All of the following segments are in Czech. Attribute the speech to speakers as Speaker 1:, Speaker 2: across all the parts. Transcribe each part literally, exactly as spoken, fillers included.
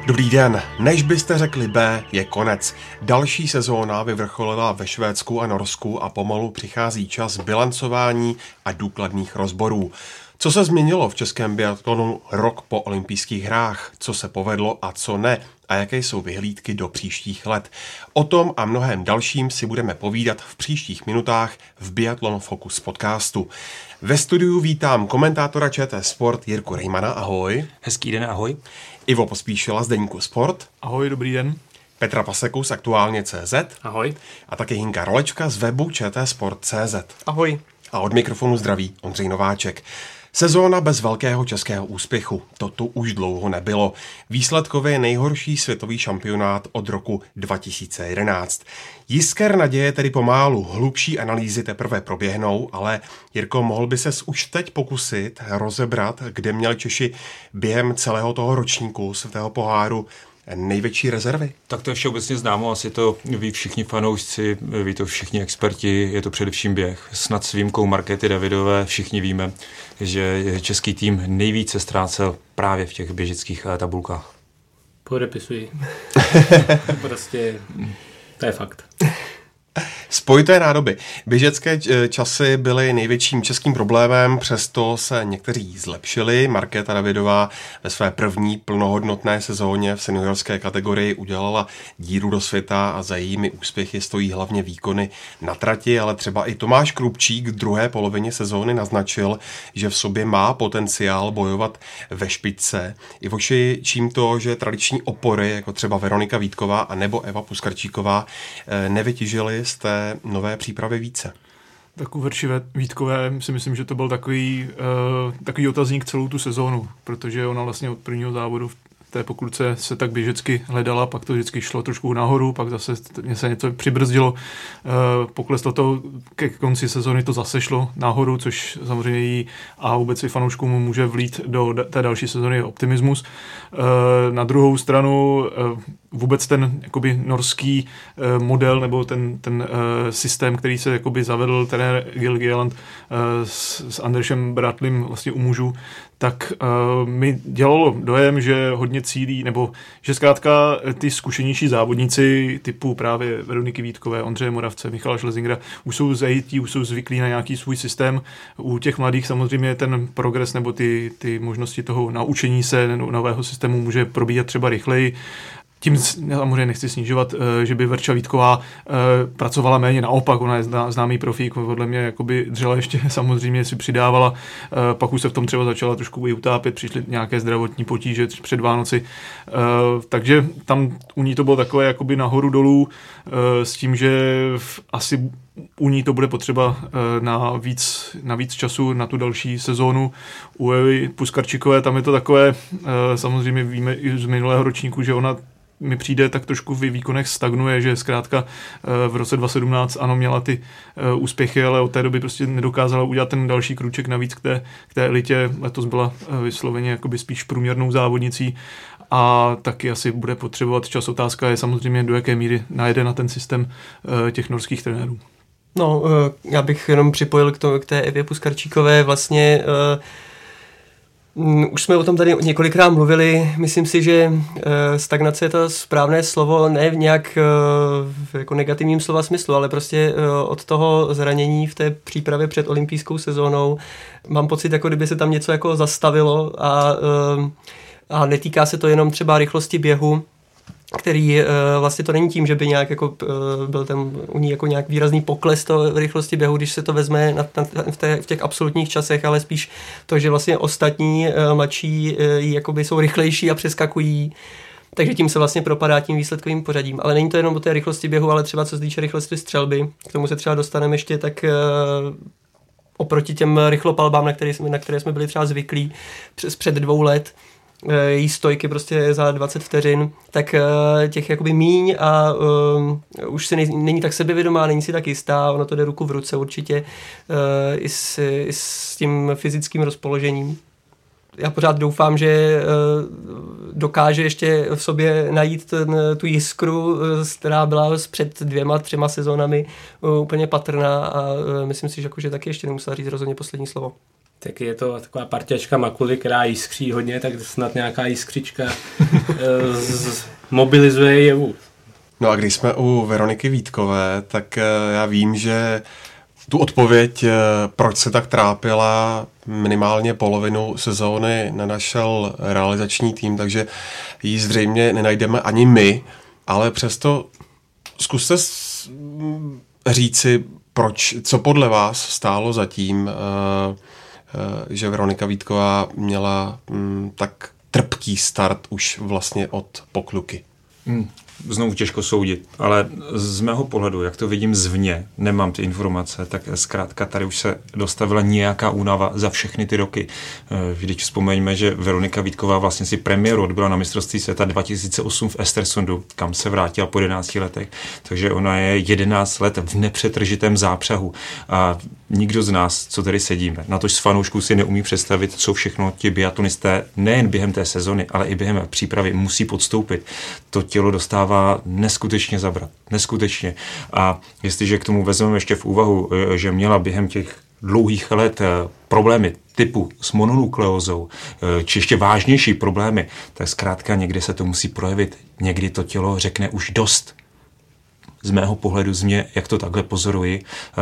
Speaker 1: Dobrý den, než byste řekli B, je konec. Další sezóna vyvrcholila ve Švédsku a Norsku a pomalu přichází čas bilancování a důkladných rozborů. Co se změnilo v českém biatlonu rok po olympijských hrách, co se povedlo a co ne a jaké jsou vyhlídky do příštích let. O tom a mnohem dalším si budeme povídat v příštích minutách v Biathlon Focus podcastu. Ve studiu vítám komentátora ČT Sport Jirku Rejmana, ahoj.
Speaker 2: Hezký den, ahoj.
Speaker 1: Ivo Pospíšila z deníku Sport.
Speaker 3: Ahoj, dobrý den.
Speaker 1: Petra Paseku z Aktuálně tečka cé zet.
Speaker 2: Ahoj.
Speaker 1: A taky Hinka Rolečka z webu ČT Sport tečka cé zet.
Speaker 2: Ahoj.
Speaker 1: A od mikrofonu zdraví Ondřej Nováček. Sezóna bez velkého českého úspěchu. To tu už dlouho nebylo. Výsledkově nejhorší světový šampionát od roku dva tisíce jedenáct. Jisker naděje tedy pomálu, hlubší analýzy teprve proběhnou, ale Jirko, mohl by ses už teď pokusit rozebrat, kde měli Češi během celého toho ročníku světého poháru největší rezervy?
Speaker 2: Tak to je všeobecně známo, asi to ví všichni fanoušci, ví to všichni experti, je to především běh. Snad s výjimkou Markéty Davidové všichni víme, že český tým nejvíce ztrácel právě v těch běžeckých tabulkách.
Speaker 4: Podepisuji. Prostě to je fakt.
Speaker 1: Spojité nádoby. Běžecké časy byly největším českým problémem, přesto se někteří zlepšili. Markéta Davidová ve své první plnohodnotné sezóně v seniorské kategorii udělala díru do světa a za jejími úspěchy stojí hlavně výkony na trati, ale třeba i Tomáš Krupčík v druhé polovině sezóny naznačil, že v sobě má potenciál bojovat ve špičce. Ivoši, čím to, že tradiční opory, jako třeba Veronika Vítková a nebo Eva Puskarčíková, nevytěžily z té nové přípravy více?
Speaker 3: Tak u Verši Vítkové si myslím, že to byl takový, uh, takový otazník celou tu sezónu, protože ona vlastně od prvního závodu v té pokluce se tak běžecky hledala, pak to vždycky šlo trošku nahoru, pak zase se něco přibrzdilo, uh, pokleslo to, ke konci sezóny to zase šlo nahoru, což samozřejmě jí a vůbec i fanouškům může vlít do té další sezóny optimismus. Uh, na druhou stranu uh, vůbec ten jakoby norský uh, model nebo ten, ten uh, systém, který se jakoby zavedl trenér Gil Gieland uh, s, s Andersem Bratlim vlastně u mužů, tak uh, mi dělalo dojem, že hodně cílí, nebo že zkrátka ty zkušenější závodníci typu právě Veroniky Vítkové, Ondřeje Moravce, Michala Schlesingera už jsou zajetí, už jsou zvyklí na nějaký svůj systém. U těch mladých samozřejmě ten progres nebo ty, ty možnosti toho naučení se nového systému může probíhat třeba rychleji. Tím samozřejmě nechci snižovat, že by Verča Vítková pracovala méně, naopak, ona je známý profík, podle mě jakoby dřela ještě samozřejmě si přidávala, pak už se v tom třeba začala trošku i utápět, přišly nějaké zdravotní potíže před Vánoci, takže tam u ní to bylo takové jakoby nahoru dolů s tím, že asi u ní to bude potřeba na víc, na víc času na tu další sezónu. U Evy Puskarčíkové tam je to takové, samozřejmě víme i z minulého ročníku, že ona mi přijde tak trošku v výkonech stagnuje, že zkrátka v roce dva tisíce sedmnáct ano měla ty úspěchy, ale od té doby prostě nedokázala udělat ten další krůček navíc k té, k té elitě. Letos byla vysloveně jakoby spíš průměrnou závodnicí a taky asi bude potřebovat čas. Otázka je samozřejmě, do jaké míry najede na ten systém těch norských trenérů.
Speaker 5: No, já bych jenom připojil k, to, k té Evě Puskarčíkové vlastně. Už jsme o tom tady několikrát mluvili, myslím si, že stagnace je to správné slovo, ne v nějak jako negativním slova smyslu, ale prostě od toho zranění v té přípravě před olympijskou sezónou mám pocit, jako kdyby se tam něco jako zastavilo a, a netýká se to jenom třeba rychlosti běhu, který vlastně to není tím, že by nějak jako byl tam u ní jako nějak výrazný pokles to rychlosti běhu, když se to vezme na, na, v, té, v těch absolutních časech, ale spíš to, že vlastně ostatní mladší jakoby jsou rychlejší a přeskakují, takže tím se vlastně propadá tím výsledkovým pořadím. Ale není to jenom o té rychlosti běhu, ale třeba co se týče rychlosti střelby, k tomu se třeba dostaneme ještě, tak oproti těm rychlopalbám, na které jsme, na které jsme byli třeba zvyklí přes před dvou let, její stojky prostě za dvacet vteřin, tak těch jakoby míň a um, už si nej, není tak sebevědomá, není si tak jistá, ono to jde ruku v ruce určitě uh, i, s, i s tím fyzickým rozpoložením. Já pořád doufám, že uh, dokáže ještě v sobě najít ten, tu jiskru, uh, která byla před dvěma, třema sezónami uh, úplně patrná a uh, myslím si, že, jako, že taky ještě nemusela říct rozhodně poslední slovo.
Speaker 4: Tak je to taková partiačka Makuly, která jiskří hodně, tak snad nějaká jiskřička z, mobilizuje jevu.
Speaker 1: No a když jsme u Veroniky Vítkové, tak já vím, že tu odpověď, proč se tak trápila, minimálně polovinu sezóny nenašel realizační tým, takže ji zřejmě nenajdeme ani my, ale přesto zkuste říci, proč, co podle vás stálo za tím, že Veronika Vítková měla tak trpký start už vlastně od pokluky.
Speaker 2: Hmm. Znovu těžko soudit, ale z mého pohledu, jak to vidím zvně, nemám ty informace, tak zkrátka tady už se dostavila nějaká únava za všechny ty roky. Vždyť vzpomeňme, že Veronika Vítková vlastně si premiéru odbyla na mistrovství světa dva tisíce osm v Östersundu, kam se vrátila po jedenácti letech, takže ona je jedenáct let v nepřetržitém zápřahu a nikdo z nás, co tady sedíme, na to z fanoušků si neumí představit, co všechno ti biatlonisté nejen během té sezony, ale i během přípravy musí podstoupit. To tělo dostává neskutečně zabrat. Neskutečně. A jestliže k tomu vezmeme ještě v úvahu, že měla během těch dlouhých let problémy typu s mononukleózou, či ještě vážnější problémy, tak zkrátka někdy se to musí projevit. Někdy to tělo řekne už dost. Z mého pohledu, z mě, jak to takhle pozoruji,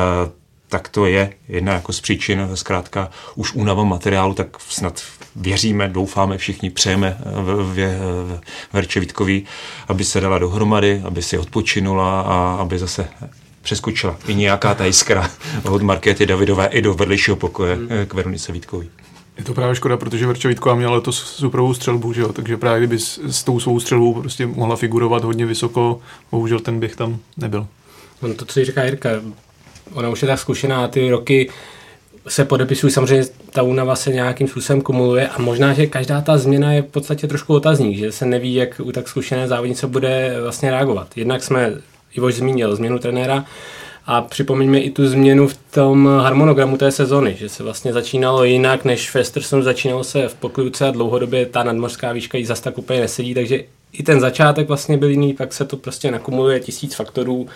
Speaker 2: tak to je jedna jako z příčin, zkrátka už únava materiálu, tak snad věříme, doufáme, všichni přejeme v, v, v Verče Vítkový, aby se dala dohromady, aby si odpočinula a aby zase přeskočila i nějaká ta jiskra od Markéty Davidové i do vedlejšího pokoje k Veronice Vítkový.
Speaker 3: Je to právě škoda, protože Verča Vítková měla letos superovou střelbu, že jo? Takže právě kdyby s, s tou svou střelbou prostě mohla figurovat hodně vysoko, bohužel ten běh tam nebyl.
Speaker 4: On to, co říká Jirka, ona už je tak zkušená a ty roky se podepisují, samozřejmě ta únava se nějakým způsobem kumuluje a možná, že každá ta změna je v podstatě trošku otazník, že se neví, jak u tak zkušené závodnice bude vlastně reagovat. Jednak jsme, Ivoš zmínil změnu trenéra a připomeňme i tu změnu v tom harmonogramu té sezony, že se vlastně začínalo jinak, než v Östersunu začínalo se v Pokljuce a dlouhodobě ta nadmořská výška jí zas tak úplně nesedí, takže i ten začátek vlastně byl jiný, pak se to prostě nakumuluje tisíc faktorů.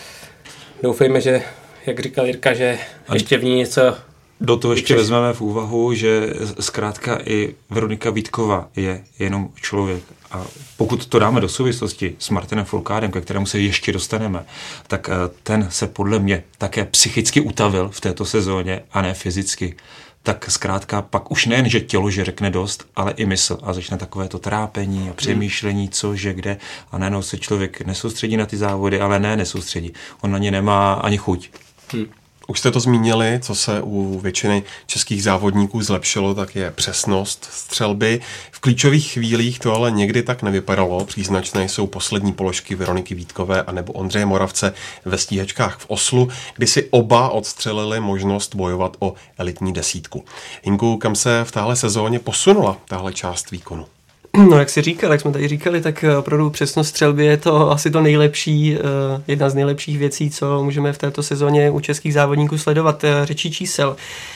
Speaker 4: Doufejme, že, jak říkal Jirka, že ještě v ní něco...
Speaker 2: Do toho ještě vezmeme v úvahu, že zkrátka i Veronika Vítková je jenom člověk. A pokud to dáme do souvislosti s Martinem Fourcadem, ke kterému se ještě dostaneme, tak ten se podle mě také psychicky utavil v této sezóně a ne fyzicky. Tak zkrátka pak už nejen, že tělo, že řekne dost, ale i mysl a začne takové to trápení a přemýšlení, co, že, kde a najednou se člověk nesoustředí na ty závody, ale ne, nesoustředí. On na ně nemá ani chuť.
Speaker 1: Hmm. Už jste to zmínili, co se u většiny českých závodníků zlepšilo, tak je přesnost střelby. V klíčových chvílích to ale někdy tak nevypadalo. Příznačné jsou poslední položky Veroniky Vítkové anebo Ondřeje Moravce ve stíhačkách v Oslu, kdy si oba odstřelili možnost bojovat o elitní desítku. Hinku, kam se v téhle sezóně posunula tahle část výkonu?
Speaker 5: No, jak jsi říkal, jak jsme tady říkali, tak opravdu přesnost střelby je to asi to nejlepší, jedna z nejlepších věcí, co můžeme v této sezóně u českých závodníků sledovat. Řečí čísel.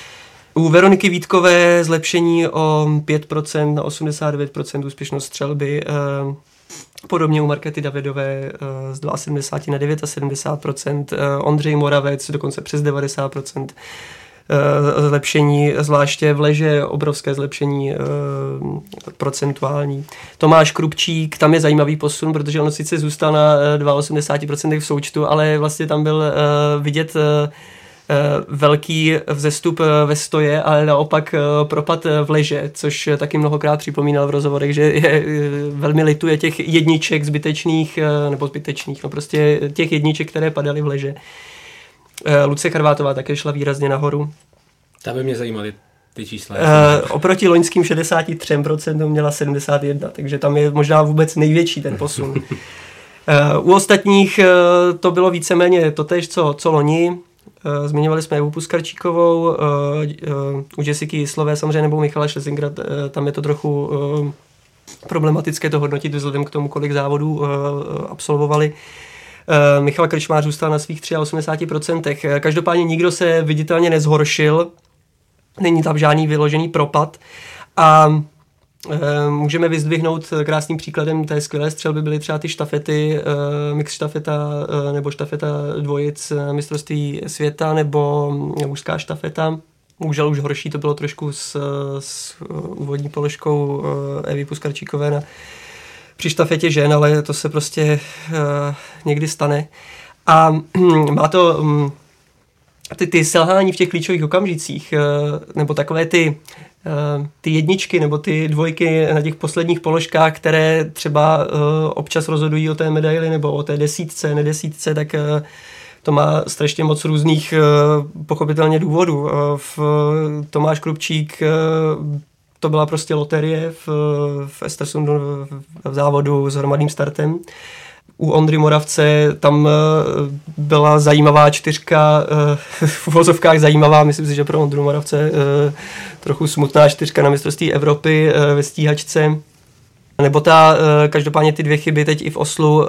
Speaker 5: U Veroniky Vítkové zlepšení o pět procent na osmdesát devět procent úspěšnost střelby. Podobně u Markéty Davidové z sedmdesát dva na sedmdesát devět procent. Ondřej Moravec dokonce přes devadesát procent. Zlepšení, zvláště v leže, obrovské zlepšení e, procentuální. Tomáš Krupčík, tam je zajímavý posun, protože on sice zůstal na osmdesát dva procent v součtu, ale vlastně tam byl e, vidět e, velký vzestup ve stoje, ale naopak e, propad v leže, což taky mnohokrát připomínal v rozhovorech, že je, e, velmi lituje těch jedniček zbytečných, e, nebo zbytečných, no prostě těch jedniček, které padaly v leže. Lucie Charvátová také šla výrazně nahoru.
Speaker 4: Ta by mě zajímaly ty čísla.
Speaker 5: Uh, oproti loňským šedesát tři procent měla sedmdesát jedna, takže tam je možná vůbec největší ten posun. uh, u ostatních uh, to bylo víceméně totéž, co, co loni. Uh, zmiňovali jsme Evu Puskarčíkovou, uh, uh, u Jessiky Jislové samozřejmě nebo Michala Schlesingera, uh, tam je to trochu uh, problematické to hodnotit vzhledem k tomu, kolik závodů uh, absolvovali. Uh, Michal Krčmář zůstal na svých osmdesát tři procent. Každopádně nikdo se viditelně nezhoršil, není tam žádný vyložený propad a uh, můžeme vyzdvihnout krásným příkladem té skvělé střelby byly třeba ty štafety, uh, mix štafeta uh, nebo štafeta dvojic mistrovství světa nebo mužská štafeta Bohužel už horší to bylo trošku s, s úvodní položkou Evy Puskarčíkové na při štafetě žen, ale to se prostě uh, někdy stane. A má to um, ty, ty selhání v těch klíčových okamžicích, uh, nebo takové ty, uh, ty jedničky nebo ty dvojky na těch posledních položkách, které třeba uh, občas rozhodují o té medaili nebo o té desítce, nedesítce, tak uh, to má strašně moc různých uh, pochopitelně důvodů. Uh, v, Tomáš Krupčík uh, to byla prostě loterie v, v Estersundu v, v závodu s hromadným startem. U Ondry Moravce tam byla zajímavá čtyřka, v uvozovkách zajímavá, myslím si, že pro Ondru Moravce trochu smutná čtyřka na mistrovství Evropy ve stíhačce. Nebo ta, každopádně ty dvě chyby teď i v Oslu.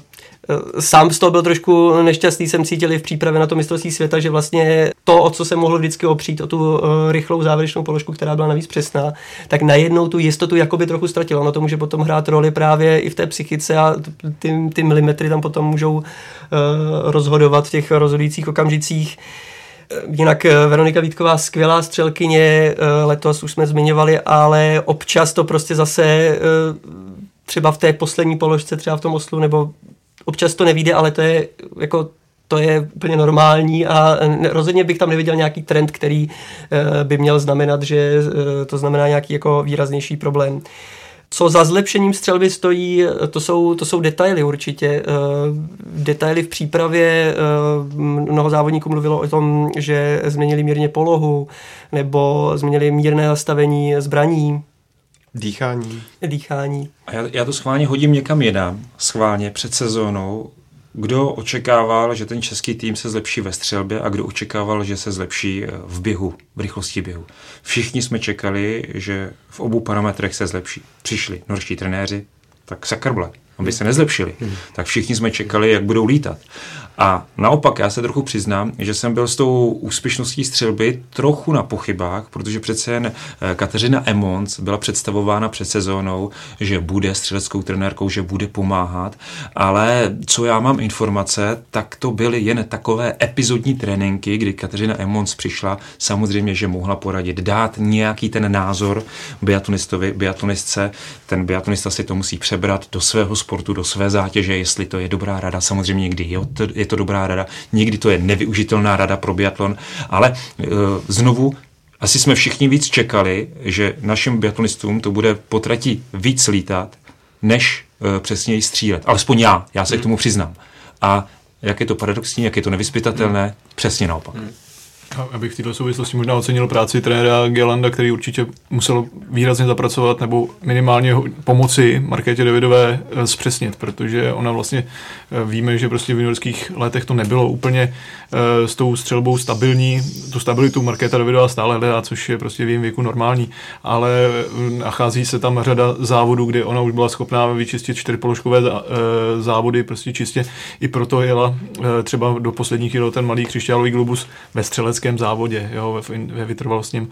Speaker 5: Sám z toho byl trošku nešťastný, jsem cítil i v přípravě na to mistrovství světa, že vlastně to, o co se mohlo vždycky opřít, o tu uh, rychlou závěrečnou položku, která byla navíc přesná, tak najednou tu jistotu jakoby trochu ztratilo. Ono to může potom hrát roli právě i v té psychice a ty, ty milimetry tam potom můžou uh, rozhodovat v těch rozhodujících okamžicích. Jinak Veronika Vítková skvělá střelkyně, letos už jsme zmiňovali, ale občas to prostě zase třeba v té poslední položce, třeba v tom Oslu, nebo občas to nevyjde, ale to je jako to je úplně normální a rozhodně bych tam neviděl nějaký trend, který by měl znamenat, že to znamená nějaký jako výraznější problém. Co za zlepšením střelby stojí, to jsou, to jsou detaily určitě. Detaily v přípravě, mnoho závodníků mluvilo o tom, že změnili mírně polohu nebo změnili mírné nastavení zbraní.
Speaker 1: Dýchání.
Speaker 5: Dýchání.
Speaker 2: A já, já to schválně hodím někam jinam, schválně před sezónou. Kdo očekával, že ten český tým se zlepší ve střelbě a kdo očekával, že se zlepší v běhu, v rychlosti běhu. Všichni jsme čekali, že v obou parametrech se zlepší. Přišli norští trenéři, tak sakrble, aby se nezlepšili. Tak všichni jsme čekali, jak budou lítat. A naopak, já se trochu přiznám, že jsem byl s tou úspěšností střelby trochu na pochybách, protože přece jen Kateřina Emons byla představována před sezónou, že bude střeleckou trenérkou, že bude pomáhat, ale co já mám informace, tak to byly jen takové epizodní tréninky, kdy Kateřina Emons přišla, samozřejmě, že mohla poradit, dát nějaký ten názor biatlonistovi, biatlonistce, ten biatlonista si to musí přebrat do svého sportu, do své zátěže, jestli to je dobrá rada, samozřejmě někdy je to, je to dobrá rada, někdy to je nevyužitelná rada pro biatlon, ale e, znovu asi jsme všichni víc čekali, že našim biatlonistům to bude po trati víc lítat, než e, přesněji střílet. Alespoň já, já se hmm. k tomu přiznám. A jak je to paradoxní, jak je to nevyzpytatelné, hmm. přesně naopak. Hmm.
Speaker 3: Abych v této souvislosti možná ocenil práci trenéra Gelanda, který určitě musel výrazně zapracovat nebo minimálně pomoci Markétě Davidové zpřesnit, protože ona vlastně víme, že prostě v juniorských letech to nebylo úplně s tou střelbou stabilní. Tu stabilitu Markéta Davidová stále hledá, což je prostě v jejím věku normální, ale nachází se tam řada závodů, kde ona už byla schopná vyčistit čtyřpoložkové závody, prostě čistě i proto jela třeba do posledních jel ten malý křišťálový globus ve střelecké závodě, jo, ve, ve vytrvalostním. Uh,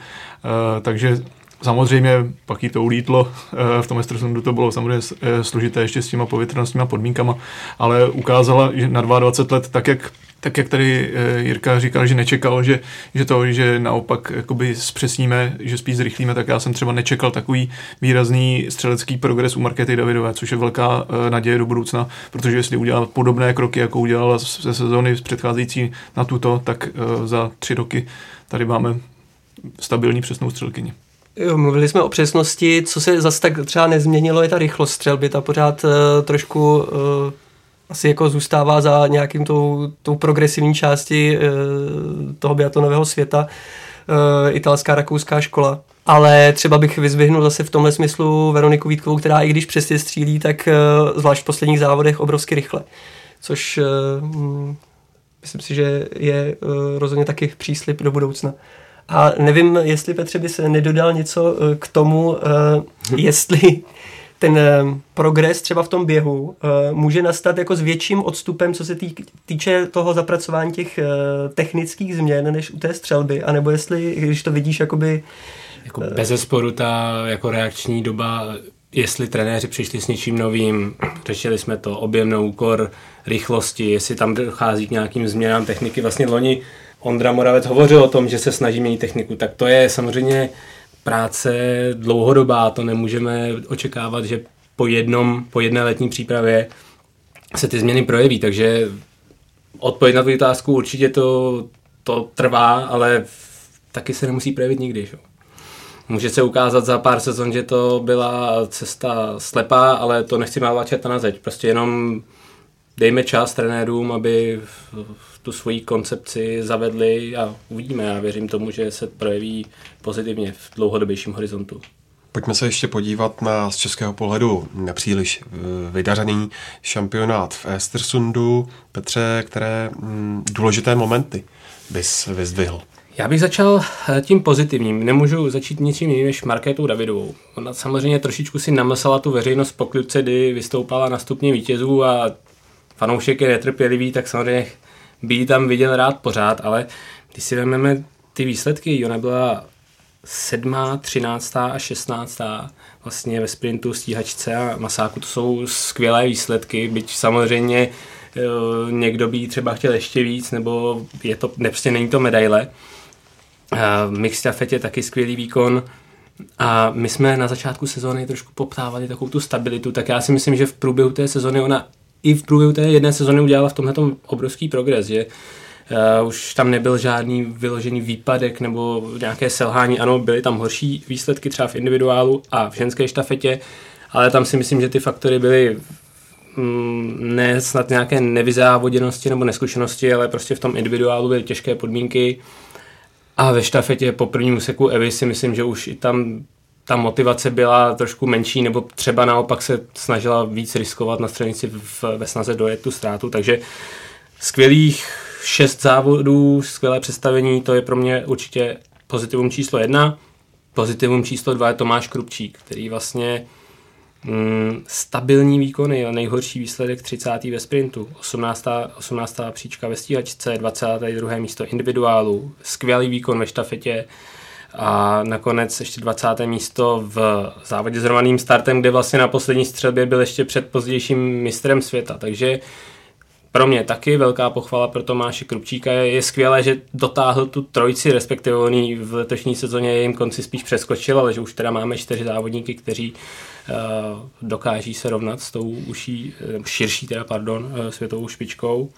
Speaker 3: takže samozřejmě pak jí to ulítlo, uh, v tom Estersundu to bylo samozřejmě složité ještě s těma povětrnostníma podmínkama, ale ukázala, že na dvacet dva let, tak jak tak jak tady Jirka říkal, že nečekal, že, že to, že naopak jakoby zpřesníme, že spíš zrychlíme, tak já jsem třeba nečekal takový výrazný střelecký progres u Markéty Davidové, což je velká naděje do budoucna, protože jestli udělá podobné kroky, jako udělala ze sezóny předcházející na tuto, tak za tři roky tady máme stabilní přesnou střelkyni.
Speaker 5: Jo, mluvili jsme o přesnosti, co se zase tak třeba nezměnilo, je ta rychlost střelby, ta pořád uh, trošku uh, asi jako zůstává za nějakým tou, tou progresivní části uh, toho biatlonového světa, uh, italská, rakouská škola. Ale třeba bych vyzvihnul zase v tomhle smyslu Veroniku Vítkovou, která i když přesně střílí, tak uh, zvlášť v posledních závodech obrovsky rychle. Což uh, myslím si, že je uh, rozhodně taky příslib do budoucna. A nevím, jestli Petře by se nedodal něco k tomu, jestli ten progres třeba v tom běhu může nastat jako s větším odstupem, co se týče toho zapracování těch technických změn, než u té střelby, anebo jestli, když to vidíš jakoby...
Speaker 4: Jako bezesporu ta jako reakční doba, jestli trenéři přišli s něčím novým, řešili jsme to, objem na úkor rychlosti, jestli tam dochází k nějakým změnám techniky. Vlastně loni Ondra Moravec hovořil o tom, že se snaží měnit techniku, tak to je samozřejmě práce dlouhodobá, to nemůžeme očekávat, že po jednom, po jedné letní přípravě se ty změny projeví, takže odpověď na tu otázku určitě to, to trvá, ale taky se nemusí projevit nikdy. Že? Může se ukázat za pár sezon, že to byla cesta slepá, ale to nechci mávat čerta na zeď. Prostě jenom dejme čas trenérům, aby tu svoji koncepci zavedli a uvidíme. Já věřím tomu, že se projeví pozitivně v dlouhodobějším horizontu.
Speaker 1: Pojďme se ještě podívat na z českého pohledu nepříliš vydařený šampionát v Östersundu. Petře, které m, důležité momenty bys vyzdvihl?
Speaker 4: Já bych začal tím pozitivním. Nemůžu začít ničím jiným než Markétou Davidovou. Ona samozřejmě trošičku si namlsala tu veřejnost po klubce, kdy vystoupala na stupni vítězů a fanoušek je netrpělivý, tak samozřejmě by ji tam viděl rád pořád, ale když si vezmeme ty výsledky, ona byla sedmá, třináctá a šestnáctá vlastně ve sprintu, stíhačce a masáku, to jsou skvělé výsledky, byť samozřejmě e, někdo by třeba chtěl ještě víc, nebo je to, prostě není to medaile. V mixed štafetě taky skvělý výkon a my jsme na začátku sezóny trošku poptávali takovou tu stabilitu, tak já si myslím, že v průběhu té sezóny ona i v průběhu té jedné sezóny udělala v tomhletom obrovský progres, že uh, už tam nebyl žádný vyložený výpadek nebo nějaké selhání, ano, byly tam horší výsledky třeba v individuálu a v ženské štafetě, ale tam si myslím, že ty faktory byly mm, ne snad nějaké nevyzávoděnosti nebo neskušenosti, ale prostě v tom individuálu byly těžké podmínky. A ve štafetě po prvním úseku Evy si myslím, že už i tam ta motivace byla trošku menší, nebo třeba naopak se snažila víc riskovat na střelnici v, ve snaze dojet tu ztrátu, takže skvělých šest závodů, skvělé představení, to je pro mě určitě pozitivum číslo jedna. Pozitivum číslo dva je Tomáš Krupčík, který vlastně mm, stabilní výkony, nejhorší výsledek třicátý ve sprintu, osmnáctá, osmnáctá příčka ve stíhačce, dvacáté druhé místo individuálu, skvělý výkon ve štafetě a nakonec ještě dvacáté místo v závodě s rovným startem, kde vlastně na poslední střelbě byl ještě před pozdějším mistrem světa, takže pro mě taky velká pochvala pro Tomáše Krupčíka. Je, je skvělé, že dotáhl tu trojici, respektive on v letošní sezóně jejím konci spíš přeskočil, ale že už teda máme čtyři závodníky, kteří uh, dokáží se rovnat s tou uší, širší teda, pardon, uh, světovou špičkou.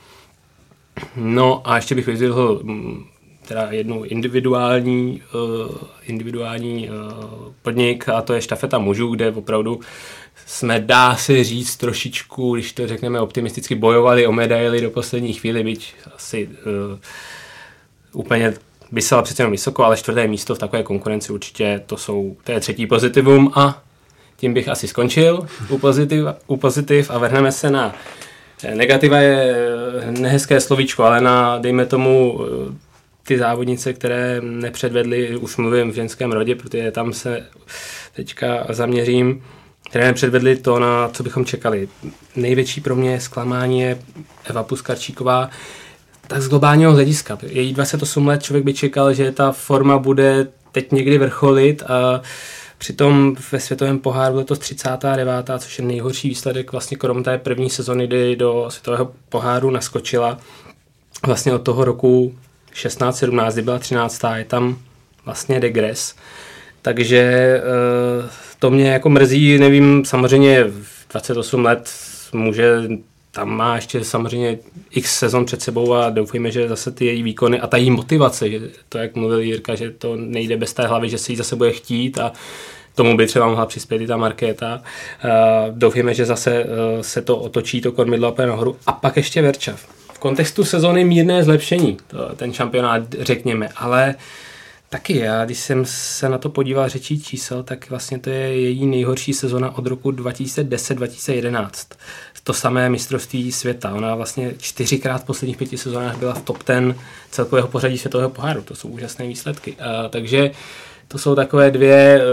Speaker 4: No a ještě bych vyzdvihl teda jednu individuální, uh, individuální uh, podnik a to je štafeta mužů, kde opravdu jsme, dá se říct, trošičku, když to řekneme optimisticky, bojovali o medaily do poslední chvíli, byť asi uh, úplně vysela přece jenom vysoko, ale čtvrté místo v takové konkurenci určitě to jsou, to je třetí pozitivum a tím bych asi skončil u pozitiv, u pozitiv a vrhneme se na negativa, je nehezké slovíčko, ale na, dejme tomu, ty závodnice, které nepředvedly, už mluvím v ženském rodě, protože tam se teďka zaměřím, které nepředvedly to, na co bychom čekali. Největší pro mě zklamání je Eva Puskarčíková, tak z globálního hlediska. Její dvacet osm let, člověk by čekal, že ta forma bude teď někdy vrcholit a přitom ve světovém poháru letos třicátá devátá, což je nejhorší výsledek vlastně krom té první sezony, kdy do světového poháru naskočila. Vlastně od toho roku šestnáct sedmnáct, kdy byla třináctá, je tam vlastně degres. Takže to mě jako mrzí, nevím, samozřejmě dvacet osm let může, tam má ještě samozřejmě x sezon před sebou a doufejme, že zase ty její výkony a ta její motivace, že to, jak mluvil Jirka, že to nejde bez té hlavy, že se jí zase bude chtít a tomu by třeba mohla přispět i ta Markéta. Doufejme, že zase se to otočí, to kormidlo opět nahoru. A pak ještě Verča. V kontextu sezony mírné zlepšení, to, ten šampionát řekněme, ale taky já, když jsem se na to podíval řečí čísel, tak vlastně to je její nejhorší sezona od roku dva tisíce deset dva tisíce jedenáct. To samé mistrovství světa. Ona vlastně čtyřikrát v posledních pěti sezónách byla v top ten celkového pořadí světového poháru. To jsou úžasné výsledky. A, takže to jsou takové dvě,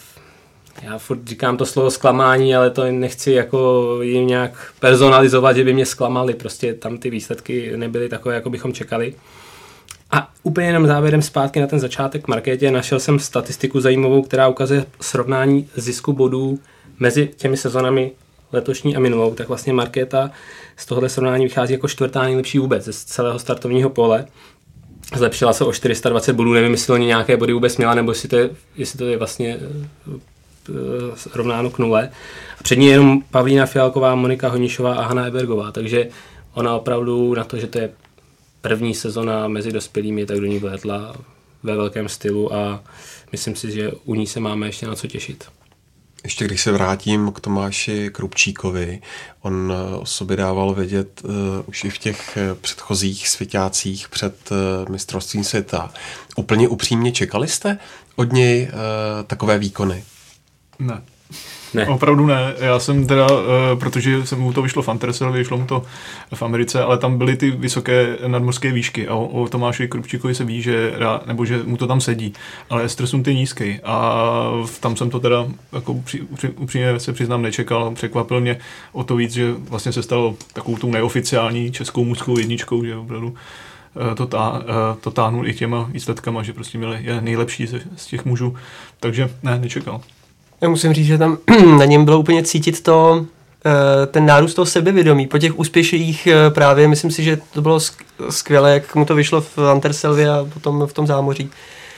Speaker 4: já furt říkám to slovo zklamání, ale to nechci jako jim nějak personalizovat, že by mě zklamali. Prostě tam ty výsledky nebyly takové, jako bychom čekali. A úplně jenom závěrem zpátky na ten začátek Markétě našel jsem statistiku zajímavou, která ukazuje srovnání zisku bodů mezi těmi sezonami letošní a minulou. Tak vlastně Markéta z tohohle srovnání vychází jako čtvrtá nejlepší vůbec z celého startovního pole. zlepšila se o čtyři sta dvacet bodů, nevím, jestli oni nějaké body vůbec měla, nebo jestli to je, jestli to je vlastně rovnáno k nule. A před ní je jenom Pavlína Fialková, Monika Honišová a Hana Ebergová, takže ona opravdu na to, že to je první sezona mezi dospělými, tak do ní vlétla ve velkém stylu a myslím si, že u ní se máme ještě na co těšit.
Speaker 1: Ještě když se vrátím k Tomáši Krupčíkovi, on o sobě dával vědět uh, už i v těch předchozích svěťácích před uh, mistrovstvím světa. Úplně upřímně čekali jste od něj uh, takové výkony?
Speaker 3: Ne.
Speaker 4: Ne.
Speaker 3: Opravdu ne. Já jsem teda, uh, protože se mu to vyšlo v Antersil, vyšlo mu to v Americe, ale tam byly ty vysoké nadmořské výšky a o, o Tomáši Krupčíkovi se ví, že rá, nebo že mu to tam sedí, ale Östersund je nízký a tam jsem to teda jako upří, upřímně se přiznám nečekal, překvapil mě o to víc, že vlastně se stalo takovou tou neoficiální českou mužskou jedničkou, že opravdu to, tá, to táhnul i těma výsledkama, že prostě měli, je nejlepší z, z těch mužů, takže ne, nečekal.
Speaker 5: Já musím říct, že tam na něm bylo úplně cítit to, ten nárůst toho sebevědomí. Po těch úspěších právě, myslím si, že to bylo skvělé, jak mu to vyšlo v Anterselvě a potom v tom zámoří.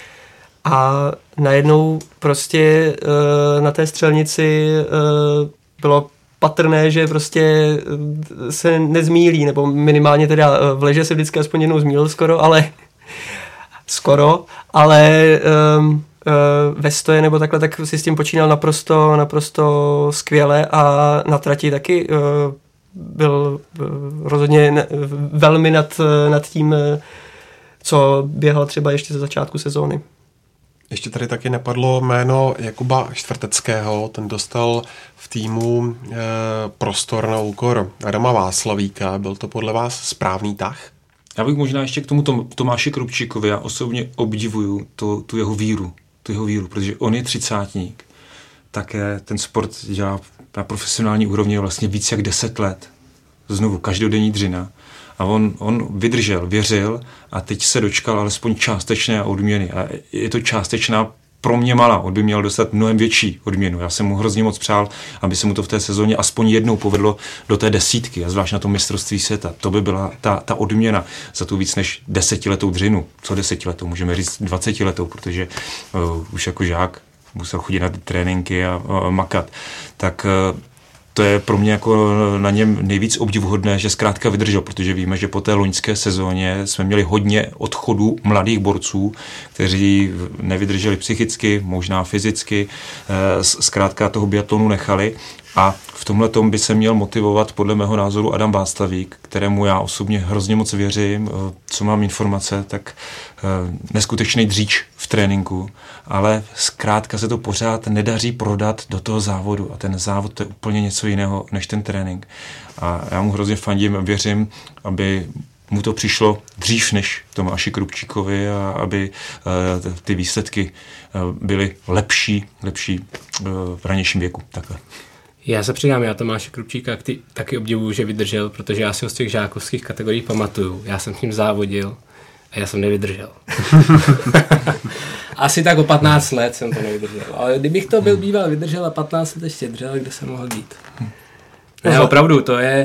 Speaker 5: A najednou prostě na té střelnici bylo patrné, že prostě se nezmílí, nebo minimálně teda v leže se vždycky aspoň jednou zmílil skoro, ale skoro, ale um, ve stoje nebo takhle, tak si s tím počínal naprosto, naprosto skvěle a na trati taky uh, byl uh, rozhodně ne, velmi nad, nad tím, uh, co běhal třeba ještě ze začátku sezóny.
Speaker 1: Ještě tady taky napadlo jméno Jakuba Čtvrteckého, ten dostal v týmu e, prostor na úkor Adama Václavíka. Byl to podle vás správný tah?
Speaker 2: Já bych možná ještě k tomu Tom, Tomáši Krupčíkovi, já osobně obdivuju to, tu jeho víru, tu jeho víru, protože on je třicátník, také ten sport dělá na profesionální úrovni vlastně víc jak deset let. Znovu každodenní dřina. A on, on vydržel, věřil a teď se dočkal alespoň částečné odměny. A je to částečná pro mě malá, on by měl dostat mnohem větší odměnu. Já jsem mu hrozně moc přál, aby se mu to v té sezóně aspoň jednou povedlo do té desítky, a zvlášť na tom mistrovství světa. To by byla ta, ta odměna za tu víc než desetiletou dřinu. Co desetiletou? Můžeme říct dvacetiletou, protože uh, už jako žák musel chodit na ty tréninky a uh, makat. Tak uh, to je pro mě jako na něm nejvíc obdivuhodné, že zkrátka vydržel, protože víme, že po té loňské sezóně jsme měli hodně odchodů mladých borců, kteří nevydrželi psychicky, možná fyzicky, zkrátka toho biatlonu nechali. A v tomhle tom by se měl motivovat podle mého názoru Adam Václavík, kterému já osobně hrozně moc věřím, co mám informace, tak neskutečný dříč v tréninku, ale zkrátka se to pořád nedaří prodat do toho závodu a ten závod to je úplně něco jiného než ten trénink. A já mu hrozně fandím a věřím, aby mu to přišlo dřív než Tomáši Krupčíkovi a aby uh, ty výsledky uh, byly lepší, lepší uh, v ranějším věku. Takhle.
Speaker 4: Já se přidám, já Tomáše Krupčíka ty, taky obdivuju, že vydržel, protože já si ho z těch žákovských kategorií pamatuju. Já jsem s ním závodil a já jsem nevydržel. Asi tak o patnáct let jsem to nevydržel. Ale kdybych to byl býval vydržel a patnáct let ještě držel, kde jsem mohl být. Ne, opravdu, to je...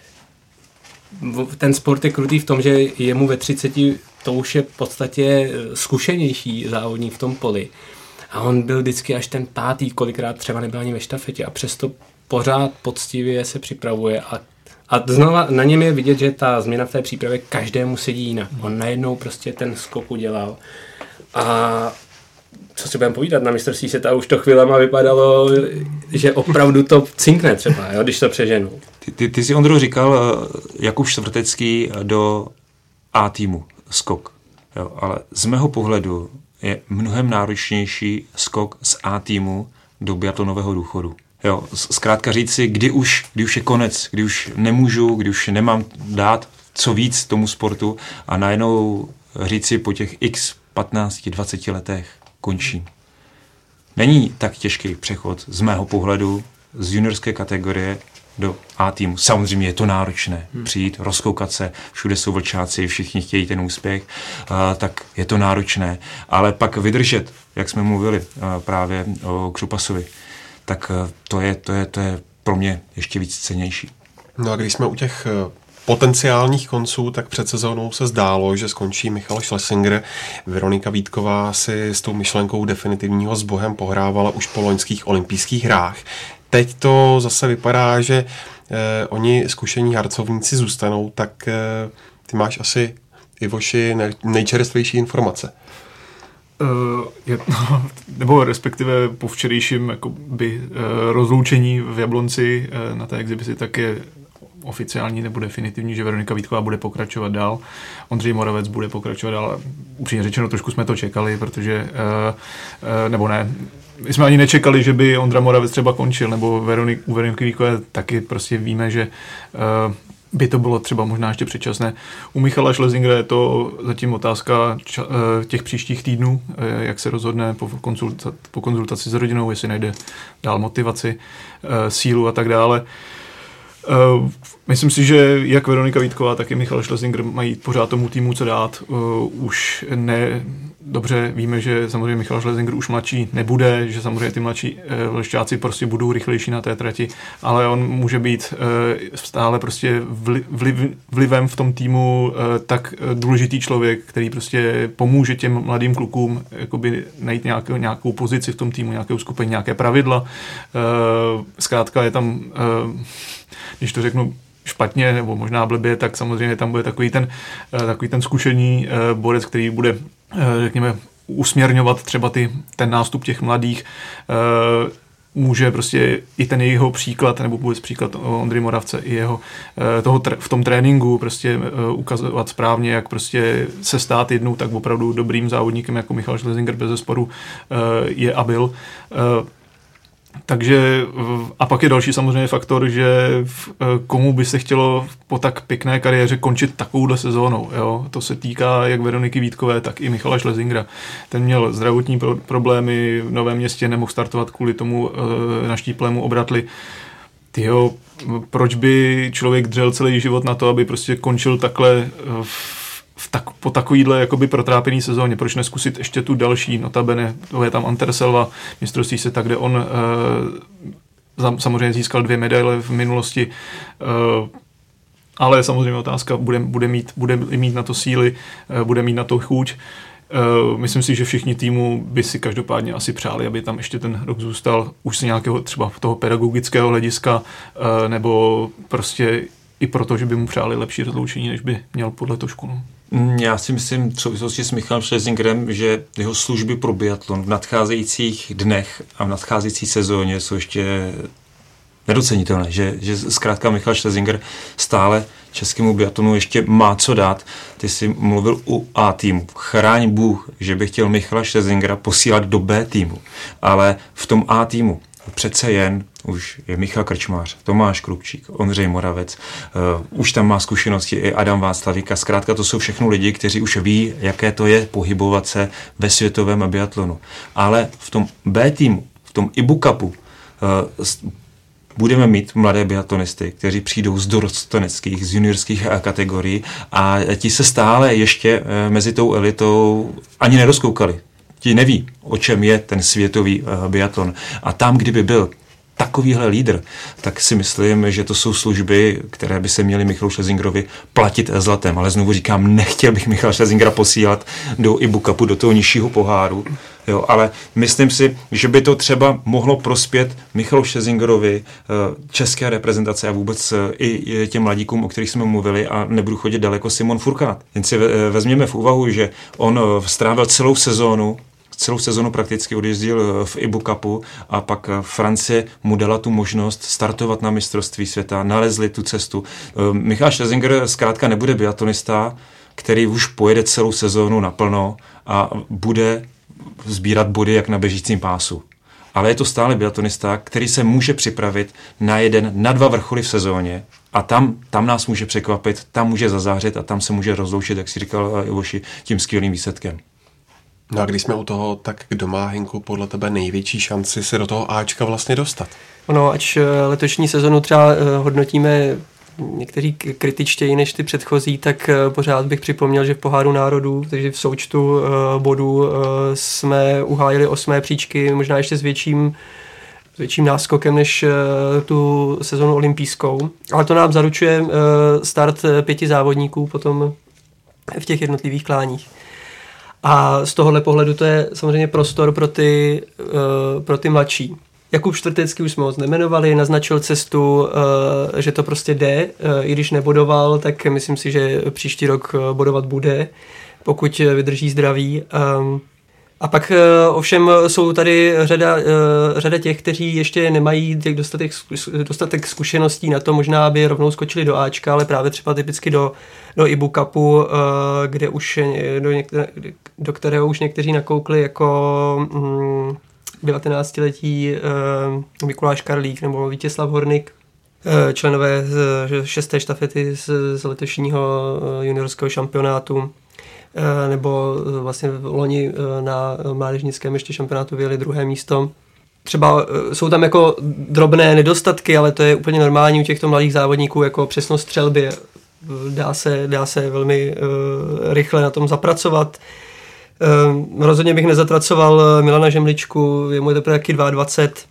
Speaker 4: Ten sport je krutý v tom, že jemu ve třiceti to už je v podstatě zkušenější závodník v tom poli. A on byl vždycky až ten pátý, kolikrát třeba nebyl ani ve štafetě a přesto pořád poctivě se připravuje a, a znova na něm je vidět, že ta změna v té přípravě každému sedí jinak. On najednou prostě ten skok udělal a co si budeme povídat, na mistrovství světa už to chvílema vypadalo, že opravdu to cinkne třeba, jo, když to přeženu.
Speaker 2: Ty, ty, ty jsi, Ondro, říkal Jakub Čtvrtecký do A týmu skok, jo, ale z mého pohledu je mnohem náročnější skok z A týmu do biatlonového důchodu. Jo, zkrátka říct si, kdy už, kdy už je konec, kdy už nemůžu, kdy už nemám dát co víc tomu sportu a najednou říct si po těch x patnácti dvaceti letech končím. Není tak těžký přechod z mého pohledu z juniorské kategorie do A týmu. Samozřejmě je to náročné. Hmm. Přijít, rozkoukat se, všude jsou vlčáci, všichni chtějí ten úspěch, a, tak je to náročné. Ale pak vydržet, jak jsme mluvili a, právě o Křupasovi, tak a, to je, to, je, to je pro mě ještě víc cennější.
Speaker 1: No a když jsme u těch potenciálních konců, tak před sezónou se zdálo, že skončí Michal Schlesinger. Veronika Vítková si s tou myšlenkou definitivního s Bohem pohrávala už po loňských olympijských hrách. Teď to zase vypadá, že eh, oni zkušení harcovníci zůstanou, tak eh, ty máš asi, Ivoši, nej, nejčerstvější informace.
Speaker 3: Uh, je, no, nebo respektive po včerejším jakoby, uh, rozloučení v Jablonci uh, na té exibici, tak je oficiální nebo definitivní, že Veronika Vítková bude pokračovat dál. Ondřej Moravec bude pokračovat dál. Upřímně řečeno, trošku jsme to čekali, protože, uh, uh, nebo ne, my jsme ani nečekali, že by Ondra Moravec třeba končil, nebo Veronik, u Veroniky Vítkové taky prostě víme, že uh, by to bylo třeba možná ještě předčasné. U Michala Schlesingera je to zatím otázka ča- těch příštích týdnů, jak se rozhodne po, konzulta- po konzultaci s rodinou, jestli najde dál motivaci, sílu a tak dále. Myslím si, že jak Veronika Vítková, tak i Michal Schlesinger mají pořád tomu týmu co dát. Už ne, dobře víme, že samozřejmě Michal Schlesinger už mladší nebude, že samozřejmě ty mladší vlešťáci prostě budou rychlejší na té trati, ale on může být stále prostě vliv, vlivem v tom týmu tak důležitý člověk, který prostě pomůže těm mladým klukům jakoby najít nějakou, nějakou pozici v tom týmu, nějaké uskupení, nějaké pravidla. Zkrátka je tam, když to řeknu špatně nebo možná blbě, tak samozřejmě tam bude takový ten, takový ten zkušený borec, který bude, řekněme, usměrňovat třeba ty, ten nástup těch mladých. Může prostě i ten jeho příklad, nebo vůbec příklad Ondry Moravce i jeho toho v tom tréninku prostě ukazovat správně, jak prostě se stát jednou tak opravdu dobrým závodníkem, jako Michal Schlesinger bezesporu je a byl. Takže a pak je další samozřejmě faktor, že komu by se chtělo po tak pěkné kariéře končit takovouhle sezónou. Jo? To se týká jak Veroniky Vítkové, tak i Michala Schlesingera. Ten měl zdravotní pro- problémy v Novém Městě, nemohl startovat kvůli tomu e, naštíplému obratli. Tyjo, proč by člověk dřel celý život na to, aby prostě končil takhle v V tak, po takovýhle jakoby protrápený sezóně, proč neskusit ještě tu další, notabene, to je tam Anterselva, mistrovství světa, kde on e, samozřejmě získal dvě medaile v minulosti, e, ale samozřejmě otázka, bude, bude, mít, bude mít na to síly, e, bude mít na to chuť. E, myslím si, že všichni týmu by si každopádně asi přáli, aby tam ještě ten rok zůstal, už z nějakého třeba toho pedagogického hlediska, e, nebo prostě i proto, že by mu přáli lepší rozloučení, než by měl podle Tošku. No.
Speaker 2: Já si myslím v souvislosti s Michalem Schlesingerem, že jeho služby pro biatlon v nadcházejících dnech a v nadcházející sezóně jsou ještě nedocenitelné, že, že zkrátka Michal Schlesinger stále českému biatlonu ještě má co dát. Ty jsi mluvil u A týmu. Chráň Bůh, že by chtěl Michala Schlesingera posílat do B týmu, ale v tom A týmu přece jen už je Michal Krčmář, Tomáš Krupčík, Ondřej Moravec, uh, už tam má zkušenosti i Adam Václavík a zkrátka to jsou všechno lidi, kteří už ví, jaké to je pohybovat se ve světovém biatlonu. Ale v tom B týmu, v tom Ibu Cupu, uh, budeme mít mladé biatlonisty, kteří přijdou z dorosteneckých, z juniorských kategorií a ti se stále ještě uh, mezi tou elitou ani nerozkoukali. Ti neví, o čem je ten světový uh, biatlon. A tam, kdyby byl takovýhle lídr, tak si myslím, že to jsou služby, které by se měly Michalu Schlesingerovi platit zlatem. Ale znovu říkám, nechtěl bych Michala Schlesingera posílat do Ibu Cupu, do toho nižšího poháru. Jo, ale myslím si, že by to třeba mohlo prospět Michalu Schlesingerovi, české reprezentace a vůbec i těm mladíkům, o kterých jsme mluvili, a nebudu chodit daleko, Simon Furkant. Jen si vezměme v úvahu, že on strávil celou sezónu celou sezonu prakticky odjezdil v Ibu Cupu a pak Francie mu dala tu možnost startovat na mistrovství světa, nalezli tu cestu. Michal Schlesinger zkrátka nebude biatlonista, který už pojede celou sezónu naplno a bude sbírat body jak na běžícím pásu. Ale je to stále biatlonista, který se může připravit na jeden, na dva vrcholy v sezóně a tam, tam nás může překvapit, tam může zazářit a tam se může rozloučit, jak si říkal Ivoši, tím skvělým výsledkem.
Speaker 1: No a když jsme u toho, tak kdo má, Hinku, podle tebe největší šanci se do toho Ačka vlastně dostat?
Speaker 5: Ono, ač letošní sezonu třeba hodnotíme někteří kritičtěji než ty předchozí, tak pořád bych připomněl, že v Poháru národů, takže v součtu bodů jsme uhájili osmé příčky, možná ještě s větším s větším náskokem než tu sezonu olympijskou. Ale to nám zaručuje start pěti závodníků potom v těch jednotlivých kláních. A z tohohle pohledu to je samozřejmě prostor pro ty, pro ty mladší. Jakub Čtvrtecký už jsme ho nejmenovali, naznačil cestu, že to prostě jde, i když nebodoval, tak myslím si, že příští rok bodovat bude, pokud vydrží zdraví. A pak ovšem jsou tady řada, řada těch, kteří ještě nemají těch dostatek, dostatek zkušeností na to, možná by rovnou skočili do Ačka, ale právě třeba typicky do, do Ibu Cupu, kde už do, některé, do kterého už někteří nakoukli jako mm, devatenáctiletí Mikuláš Karlík nebo Vítězslav Hornik, členové šesté štafety z, z letošního juniorského šampionátu. Nebo vlastně loni na mládežnickém ještě šampionátu vyjeli druhé místo. Třeba jsou tam jako drobné nedostatky, ale to je úplně normální u těchto mladých závodníků, jako přesnost střelby. Dá se, dá se velmi uh, rychle na tom zapracovat. Uh, rozhodně bych nezatracoval Milana Žemličku, je mu teprve taky dvacet dva.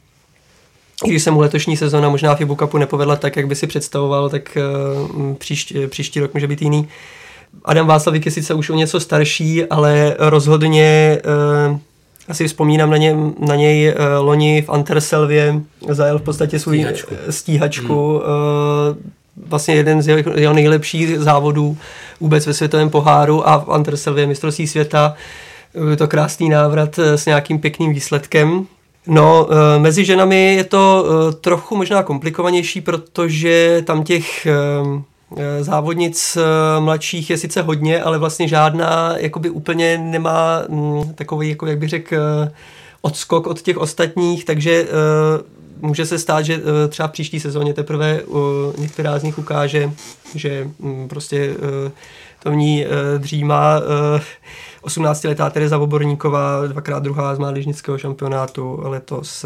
Speaker 5: I když se mu letošní sezona možná v Ibu Cupu nepovedla tak, jak by si představoval, tak uh, příští, příští rok může být jiný. Adam Václavík je sice už o něco starší, ale rozhodně uh, asi vzpomínám na, ně, na něj uh, loni v Anterselvě, zajel v podstatě svůj stíhačku. stíhačku hmm. uh, vlastně jeden z jeho, jeho nejlepších závodů vůbec ve světovém poháru a v Anterselvě mistrovství světa. Je to krásný návrat s nějakým pěkným výsledkem. No, uh, mezi ženami je to uh, trochu možná komplikovanější, protože tam těch uh, závodnic mladších je sice hodně, ale vlastně žádná jakoby úplně nemá m, takový, jako jak bych řekl, odskok od těch ostatních, takže uh, může se stát, že uh, třeba v příští sezóně teprve uh, některá z nich ukáže, že um, prostě uh, to v ní uh, dřímá uh, osmnáctiletá Tereza Voborníková, dvakrát druhá z mládežnického šampionátu letos.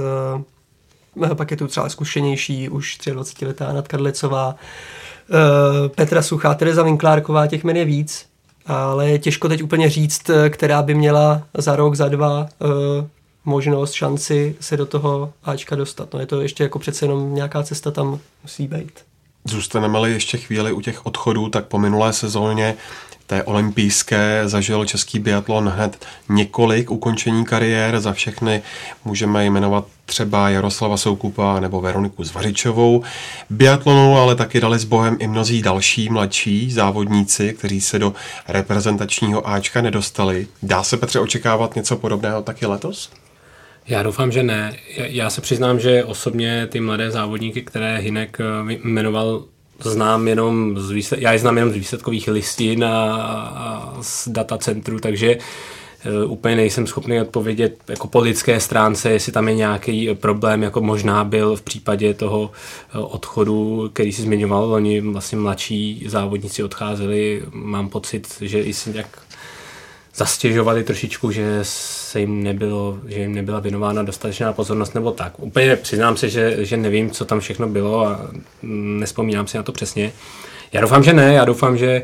Speaker 5: Uh, pak je tu třeba zkušenější, už dvacetiletá Natka Kadlecová, Uh, Petra Suchá, Tereza Vinklárková, těch jmen je víc, ale je těžko teď úplně říct, která by měla za rok, za dva uh, možnost, šanci se do toho Ačka dostat. No je to ještě jako přece jenom nějaká cesta tam musí být.
Speaker 1: Zůstaneme-li ještě chvíli u těch odchodů, tak po minulé sezóně té olympijské zažil český biatlon hned několik ukončení kariér. Za všechny můžeme jmenovat třeba Jaroslava Soukupa nebo Veroniku Zvařičovou. Biatlonu ale taky dali s bohem i mnozí další mladší závodníci, kteří se do reprezentačního Ačka nedostali. Dá se, Petře, očekávat něco podobného taky letos?
Speaker 4: Já doufám, že ne. Já se přiznám, že osobně ty mladé závodníky, které Hynek jmenoval, znám jenom z výsled... já je znám jenom z výsledkových listin a, a z datacentru, takže uh, úplně nejsem schopný odpovědět jako po lidské stránce, jestli tam je nějaký problém, jako možná byl v případě toho uh, odchodu, který si zmiňoval, oni vlastně mladší závodníci odcházeli, mám pocit, že i si nějak zastěžovali trošičku, že se jim nebylo, že jim nebyla věnována dostatečná pozornost nebo tak. Úplně přiznám se, že, že nevím, co tam všechno bylo a nespomínám si na to přesně. Já doufám, že ne, já doufám, že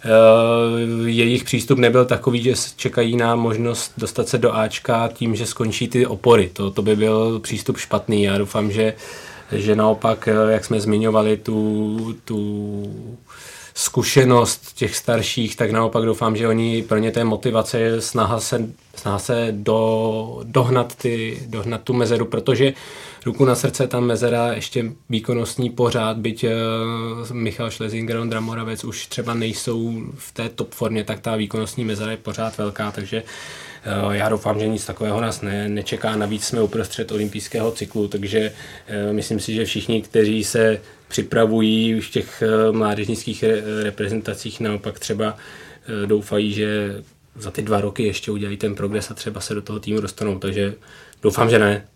Speaker 4: uh, jejich přístup nebyl takový, že čekají na možnost dostat se do Ačka tím, že skončí ty opory. To, to by byl přístup špatný. Já doufám, že, že naopak, jak jsme zmiňovali tu, tu zkušenost těch starších, tak naopak doufám, že oni pro ně té motivace je snaha se, snaha se do, dohnat, ty, dohnat tu mezeru, protože ruku na srdce ta mezera ještě výkonnostní pořád, byť uh, Michal Schlesinger, Ondra Moravec už třeba nejsou v té top formě, tak ta výkonnostní mezera je pořád velká, takže uh, já doufám, že nic takového nás ne, nečeká. Navíc jsme uprostřed olympijského cyklu, takže uh, myslím si, že všichni, kteří se připravují v těch mládežnických re- reprezentacích, naopak třeba doufají, že za ty dva roky ještě udělají ten progres a třeba se do toho týmu dostanou, takže doufám, že ne.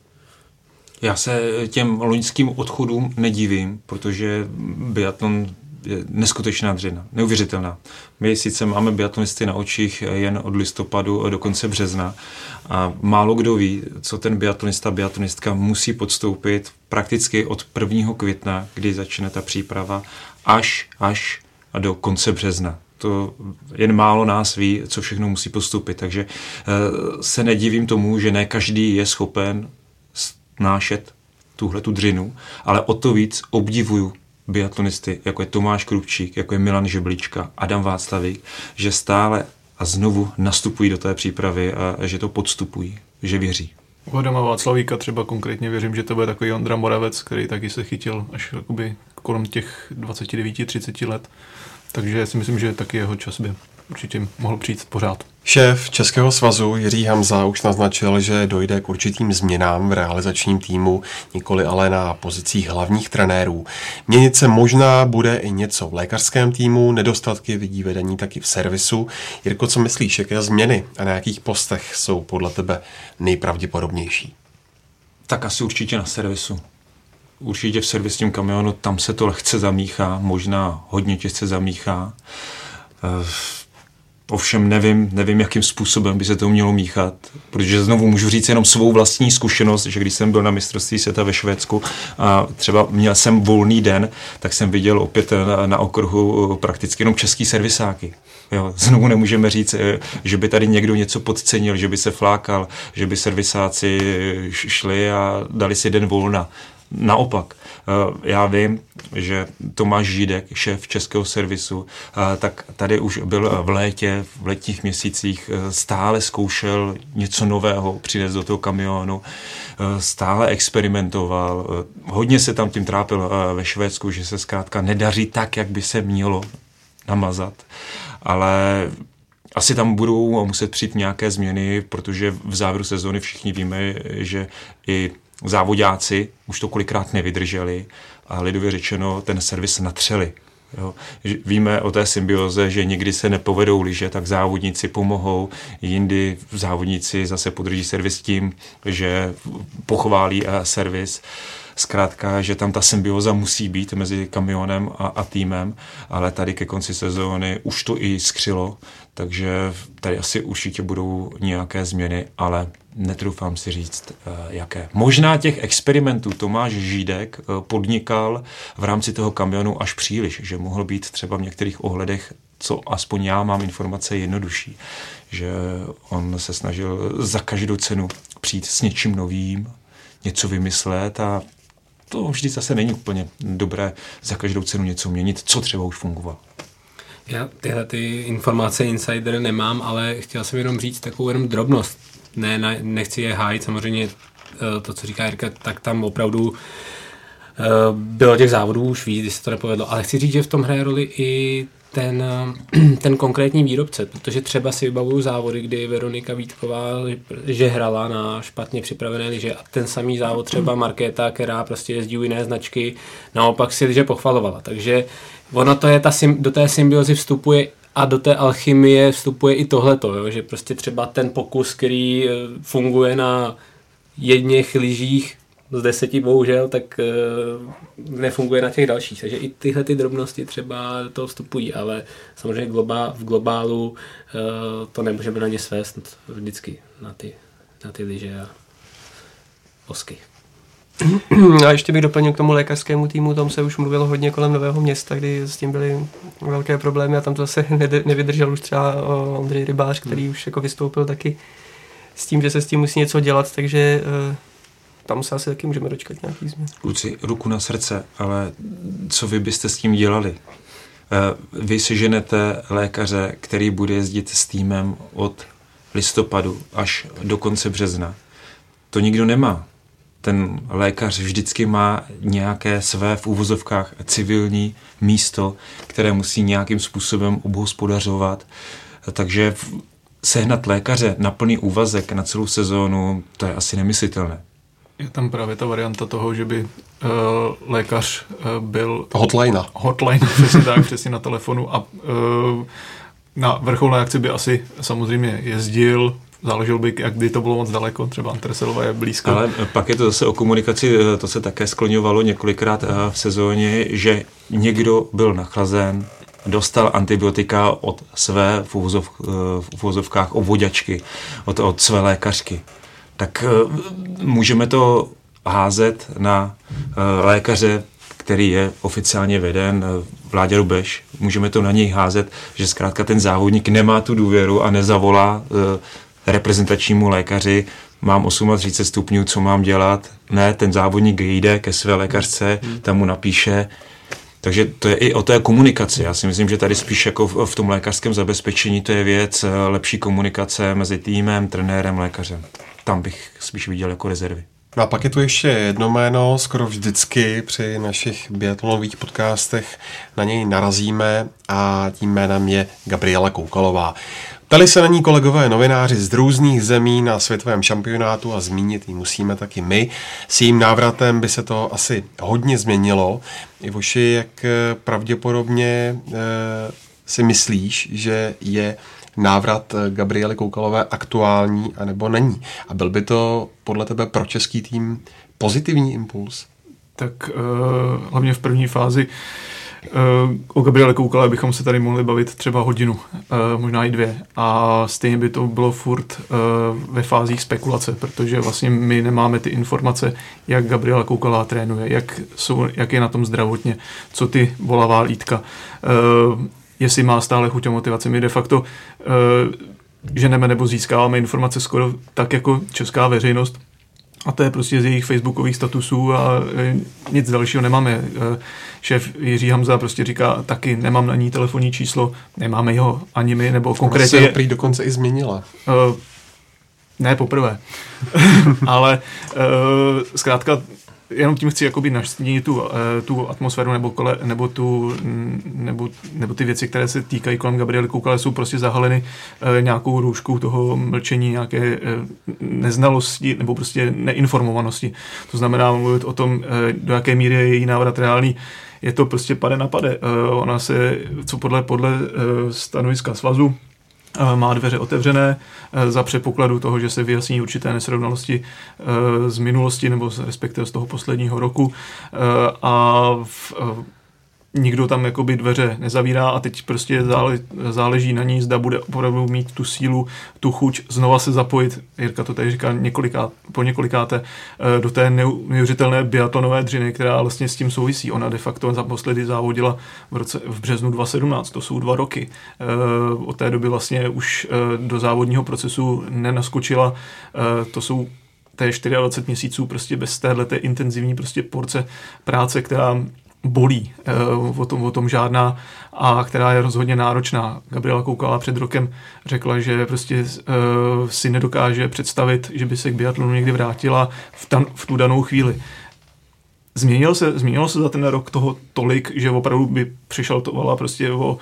Speaker 2: Já se těm loňským odchodům nedivím, protože biatlon je neskutečná dřina, neuvěřitelná. My sice máme biatlonisty na očích jen od listopadu do konce března a málo kdo ví, co ten biatlonista, biatlonistka musí podstoupit prakticky od prvního května, kdy začne ta příprava, až, až a do konce března. To jen málo nás ví, co všechno musí postupit, takže se nedivím tomu, že ne každý je schopen snášet tuhle tu dřinu, ale o to víc obdivuju biatlonisty, jako je Tomáš Krupčík, jako je Milan Žeblička, Adam Václavík, že stále a znovu nastupují do té přípravy a že to podstupují, že věří.
Speaker 3: U Adama Václavíka třeba konkrétně věřím, že to bude takový Ondra Moravec, který taky se chytil až jakoby kolem těch dvacet devět třicet let. Takže si myslím, že taky jeho čas by určitě mohl přijít pořád.
Speaker 1: Šéf Českého svazu Jiří Hamza už naznačil, že dojde k určitým změnám v realizačním týmu, nikoli ale na pozicích hlavních trenérů. Měnit se možná bude i něco v lékařském týmu, nedostatky vidí vedení taky v servisu. Jirko, co myslíš, jaké změny a na jakých postech jsou podle tebe nejpravděpodobnější?
Speaker 2: Tak asi určitě na servisu. Určitě v servisním kamionu, tam se to lehce zamíchá, možná hodně těžce zamíchá. Ovšem nevím, nevím, jakým způsobem by se to mělo míchat, protože znovu můžu říct jenom svou vlastní zkušenost, že když jsem byl na mistrovství světa ve Švédsku a třeba měl jsem volný den, tak jsem viděl opět na, na okruhu prakticky jenom český servisáky. Jo, znovu nemůžeme říct, že by tady někdo něco podcenil, že by se flákal, že by servisáci šli a dali si den volna. Naopak, já vím, že Tomáš Žídek, šéf českého servisu, tak tady už byl v létě, v letních měsících, stále zkoušel něco nového přinést do toho kamionu, stále experimentoval, hodně se tam tím trápil ve Švédsku, že se zkrátka nedaří tak, jak by se mělo namazat, ale asi tam budou muset přijít nějaké změny, protože v závěru sezóny všichni víme, že i závodáci už to kolikrát nevydrželi a lidově řečeno ten servis natřeli. Jo. Víme o té symbioze, že někdy se nepovedou lyže, tak závodníci pomohou, jindy závodníci zase podrží servis tím, že pochválí servis. Zkrátka, že tam ta symbioza musí být mezi kamionem a, a týmem, ale tady ke konci sezóny už to i skřilo, takže tady asi určitě budou nějaké změny, ale netroufám si říct, jaké. Možná těch experimentů Tomáš Žídek podnikal v rámci toho kamionu až příliš, že mohl být třeba v některých ohledech, co aspoň já mám informace, jednodušší, že on se snažil za každou cenu přijít s něčím novým, něco vymyslet a to vždy zase není úplně dobré za každou cenu něco měnit, co třeba už fungovalo.
Speaker 4: Já tyhle ty informace insider nemám, ale chtěl jsem jenom říct takovou jenom drobnost. Ne, ne, nechci je hájit, samozřejmě to, co říká Jirka, tak tam opravdu bylo těch závodů už víc, když se to nepovedlo, ale chci říct, že v tom hraje roli i ten, ten konkrétní výrobce, protože třeba si vybavuju závody, kdy Veronika Vítková že hrala na špatně připravené lyže a ten samý závod třeba Markéta, která prostě jezdí u jiné značky, naopak si lyže pochvalovala, takže ono to je, ta, do té symbiozy vstupuje a do té alchymie vstupuje i tohleto, jo, že prostě třeba ten pokus, který funguje na jedněch lyžích z deseti bohužel, tak uh, nefunguje na těch dalších. Takže i tyhle ty drobnosti třeba do toho vstupují, ale samozřejmě globál, v globálu uh, to nemůžeme na ně svést vždycky na ty, na ty lyže a osky.
Speaker 5: A ještě bych doplnil k tomu lékařskému týmu, tam se už mluvilo hodně kolem Nového Města, kdy s tím byly velké problémy a tam to zase nevydržel už třeba Ondřej Rybář, který hmm. už jako vystoupil taky s tím, že se s tím musí něco dělat, takže uh, tam se asi taky můžeme dočkat nějaký změn.
Speaker 2: Kluci, ruku na srdce, ale co vy byste s tím dělali? Vy seženete lékaře, který bude jezdit s týmem od listopadu až do konce března. To nikdo nemá. Ten lékař vždycky má nějaké své v úvozovkách civilní místo, které musí nějakým způsobem obhospodařovat. Takže sehnat lékaře na plný úvazek na celou sezónu, to je asi nemyslitelné.
Speaker 3: Je tam právě ta varianta toho, že by uh, lékař uh, byl...
Speaker 1: Hotline.
Speaker 3: Hotline, přesně tak, přesně na telefonu a uh, na vrcholné akci by asi samozřejmě jezdil, záleželo by, jak by to bylo moc daleko, třeba Antreselová je blízko.
Speaker 2: Ale pak je to zase o komunikaci, to se také skloňovalo několikrát v sezóně, že někdo byl nachlazen, dostal antibiotika od své v, uvozov, v uvozovkách obvoďačky, od, od své lékařky. Tak můžeme to házet na lékaře, který je oficiálně veden, Vláďa Rubeš. Můžeme to na něj házet, že zkrátka ten závodník nemá tu důvěru a nezavolá reprezentačnímu lékaři mám třicet osm stupňů, co mám dělat. Ne, ten závodník jde ke své lékařce, tam mu napíše. Takže to je i o té komunikaci. Já si myslím, že tady spíš jako v, v tom lékařském zabezpečení to je věc lepší komunikace mezi týmem, trenérem, lékařem. Tam bych spíš viděl jako rezervy.
Speaker 1: No a pak je tu ještě jedno jméno, skoro vždycky při našich biatlonových podcastech na něj narazíme a tím jménem je Gabriela Koukalová. Ptali se na ní kolegové novináři z různých zemí na světovém šampionátu a zmínit ji musíme taky my. S jejím návratem by se to asi hodně změnilo. Ivoši, jak pravděpodobně e, si myslíš, že je návrat Gabriely Koukalové aktuální anebo není? A byl by to podle tebe pro český tým pozitivní impuls?
Speaker 3: Tak uh, hlavně v první fázi uh, o Gabriele Koukalové bychom se tady mohli bavit třeba hodinu, uh, možná i dvě. A stejně by to bylo furt uh, ve fázích spekulace, protože vlastně my nemáme ty informace, jak Gabriela Koukalová trénuje, jak, jsou, jak je na tom zdravotně, co ty bolavá lítka. Uh, jestli má stále chuť a motivaci. My de facto uh, ženeme nebo získáváme informace skoro tak jako česká veřejnost a to je prostě z jejich facebookových statusů a uh, nic dalšího nemáme. Uh, šéf Jiří Hamza prostě říká taky, nemám na ní telefonní číslo, nemáme jeho ani my, nebo konkrétně...
Speaker 1: Ona se prý dokonce i změnila.
Speaker 3: Uh, ne poprvé. Ale uh, zkrátka jenom tím chci jakoby nastínit tu, tu atmosféru nebo, kole, nebo, tu, nebo, nebo ty věci, které se týkají kolem Gabriely Koukalové, jsou prostě zahaleny nějakou růžkou toho mlčení, nějaké neznalosti nebo prostě neinformovanosti. To znamená mluvit o tom, do jaké míry je její návrat reálný. Je to prostě pade na pade. Ona se, co podle, podle stanoviska svazu, má dveře otevřené za předpokladu toho, že se vyjasní určité nesrovnalosti z minulosti nebo respektive z toho posledního roku a v, nikdo tam jakoby dveře nezavírá a teď prostě zále, záleží na ní, zda bude opravdu mít tu sílu, tu chuť znova se zapojit, Jirka to tady říká několikrát, po několikáté, do té neuvěřitelné biatlonové dřiny, která vlastně s tím souvisí. Ona de facto naposledy závodila v, roce, v březnu dva tisíce sedmnáct, to jsou dva roky. Od té doby vlastně už do závodního procesu nenaskočila, to jsou to je dvacet čtyři měsíců prostě bez téhleté intenzivní prostě porce práce, která bolí, o tom, o tom žádná a která je rozhodně náročná. Gabriela Koukalová před rokem řekla, že prostě uh, si nedokáže představit, že by se k biatlonu někdy vrátila v, tan, v tu danou chvíli. Změnilo se, změnilo se za ten rok toho tolik, že opravdu by přišaltovala prostě o,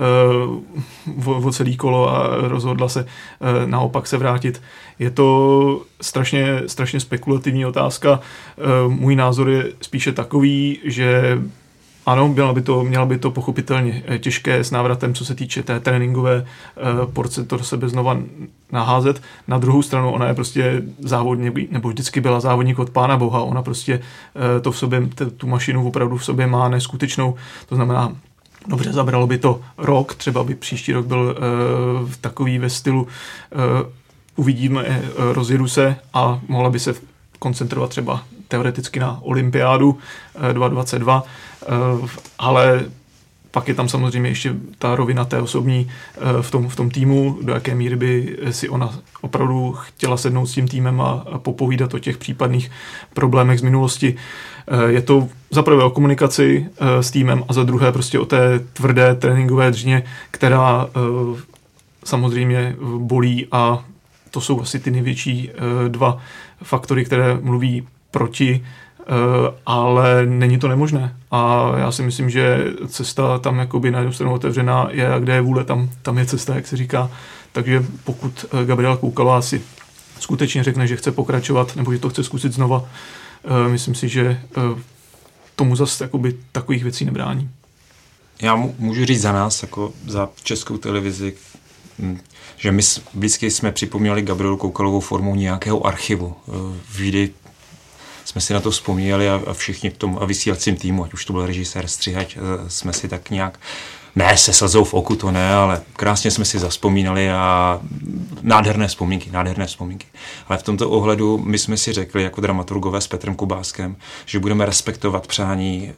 Speaker 3: uh, o, o celý kolo a rozhodla se uh, naopak se vrátit. Je to strašně, strašně spekulativní otázka. Uh, můj názor je spíše takový, že ano, měla by to, měla by to pochopitelně těžké s návratem, co se týče té tréninkové uh, porce, to sebe znova naházet. Na druhou stranu ona je prostě závodník, nebo vždycky byla závodník od Pána Boha. Ona prostě uh, to v sobě, t- tu mašinu opravdu v sobě má neskutečnou. To znamená, dobře, zabralo by to rok, třeba by příští rok byl uh, takový ve stylu uh, uvidíme, uh, rozjedu se a mohla by se koncentrovat třeba teoreticky na olympiádu uh, dva tisíce dvacet dva, uh, ale pak je tam samozřejmě ještě ta rovina té osobní uh, v tom, v tom týmu, do jaké míry by si ona opravdu chtěla sednout s tím týmem a, a popovídat o těch případných problémech z minulosti. Uh, je to za prvé o komunikaci uh, s týmem a za druhé prostě o té tvrdé tréninkové dřině, která uh, samozřejmě bolí a to jsou asi ty největší uh, dva faktory, které mluví proti, uh, ale není to nemožné. A já si myslím, že cesta tam jakoby na jednu stranu otevřená je a kde je vůle, tam, tam je cesta, jak se říká. Takže pokud uh, Gabriela Koukalová si skutečně řekne, že chce pokračovat nebo že to chce zkusit znova, uh, myslím si, že uh, tomu zase jakoby takových věcí nebrání.
Speaker 2: Já můžu říct za nás, jako za Českou televizi, že my vždycky jsme připomněli Gabrielu Koukalovou formou nějakého archivu. Vždy jsme si na to vzpomněli a všichni v tom vysílacím týmu, ať už to byl režisér, střihač, jsme si tak nějak, ne se slzou v oku, to ne, ale krásně jsme si zavzpomínali a nádherné vzpomínky, nádherné vzpomínky. Ale v tomto ohledu my jsme si řekli jako dramaturgové s Petrem Kubáskem, že budeme respektovat přání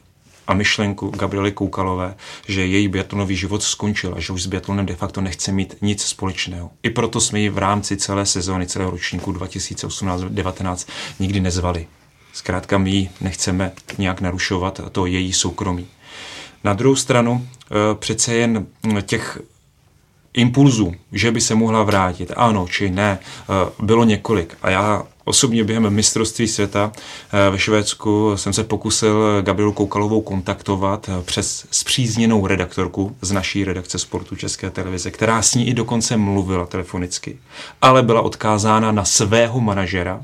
Speaker 2: a myšlenku Gabriely Koukalové, že její biatlonový život skončil a že už s biatlonem de facto nechce mít nic společného. I proto jsme ji v rámci celé sezóny, celého ročníku dva tisíce osmnáct devatenáct nikdy nezvali. Zkrátka my ji nechceme nějak narušovat, to její soukromí. Na druhou stranu přece jen těch impulzů, že by se mohla vrátit, ano či ne, bylo několik. A já osobně během mistrovství světa ve Švédsku jsem se pokusil Gabrielu Koukalovou kontaktovat přes spřízněnou redaktorku z naší redakce Sportu České televize, která s ní i dokonce mluvila telefonicky, ale byla odkázána na svého manažera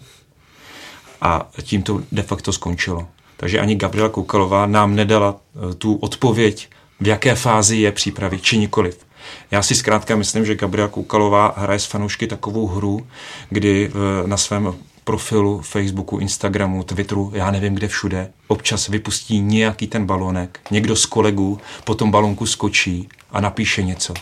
Speaker 2: a tím to de facto skončilo. Takže ani Gabriela Koukalová nám nedala tu odpověď, v jaké fázi je přípravy, či nikoliv. Já si zkrátka myslím, že Gabriela Koukalová hraje s fanoušky takovou hru, kdy na svém profilu, Facebooku, Instagramu, Twitteru, já nevím kde všude, občas vypustí nějaký ten balónek, někdo z kolegů po tom balónku skočí a napíše něco.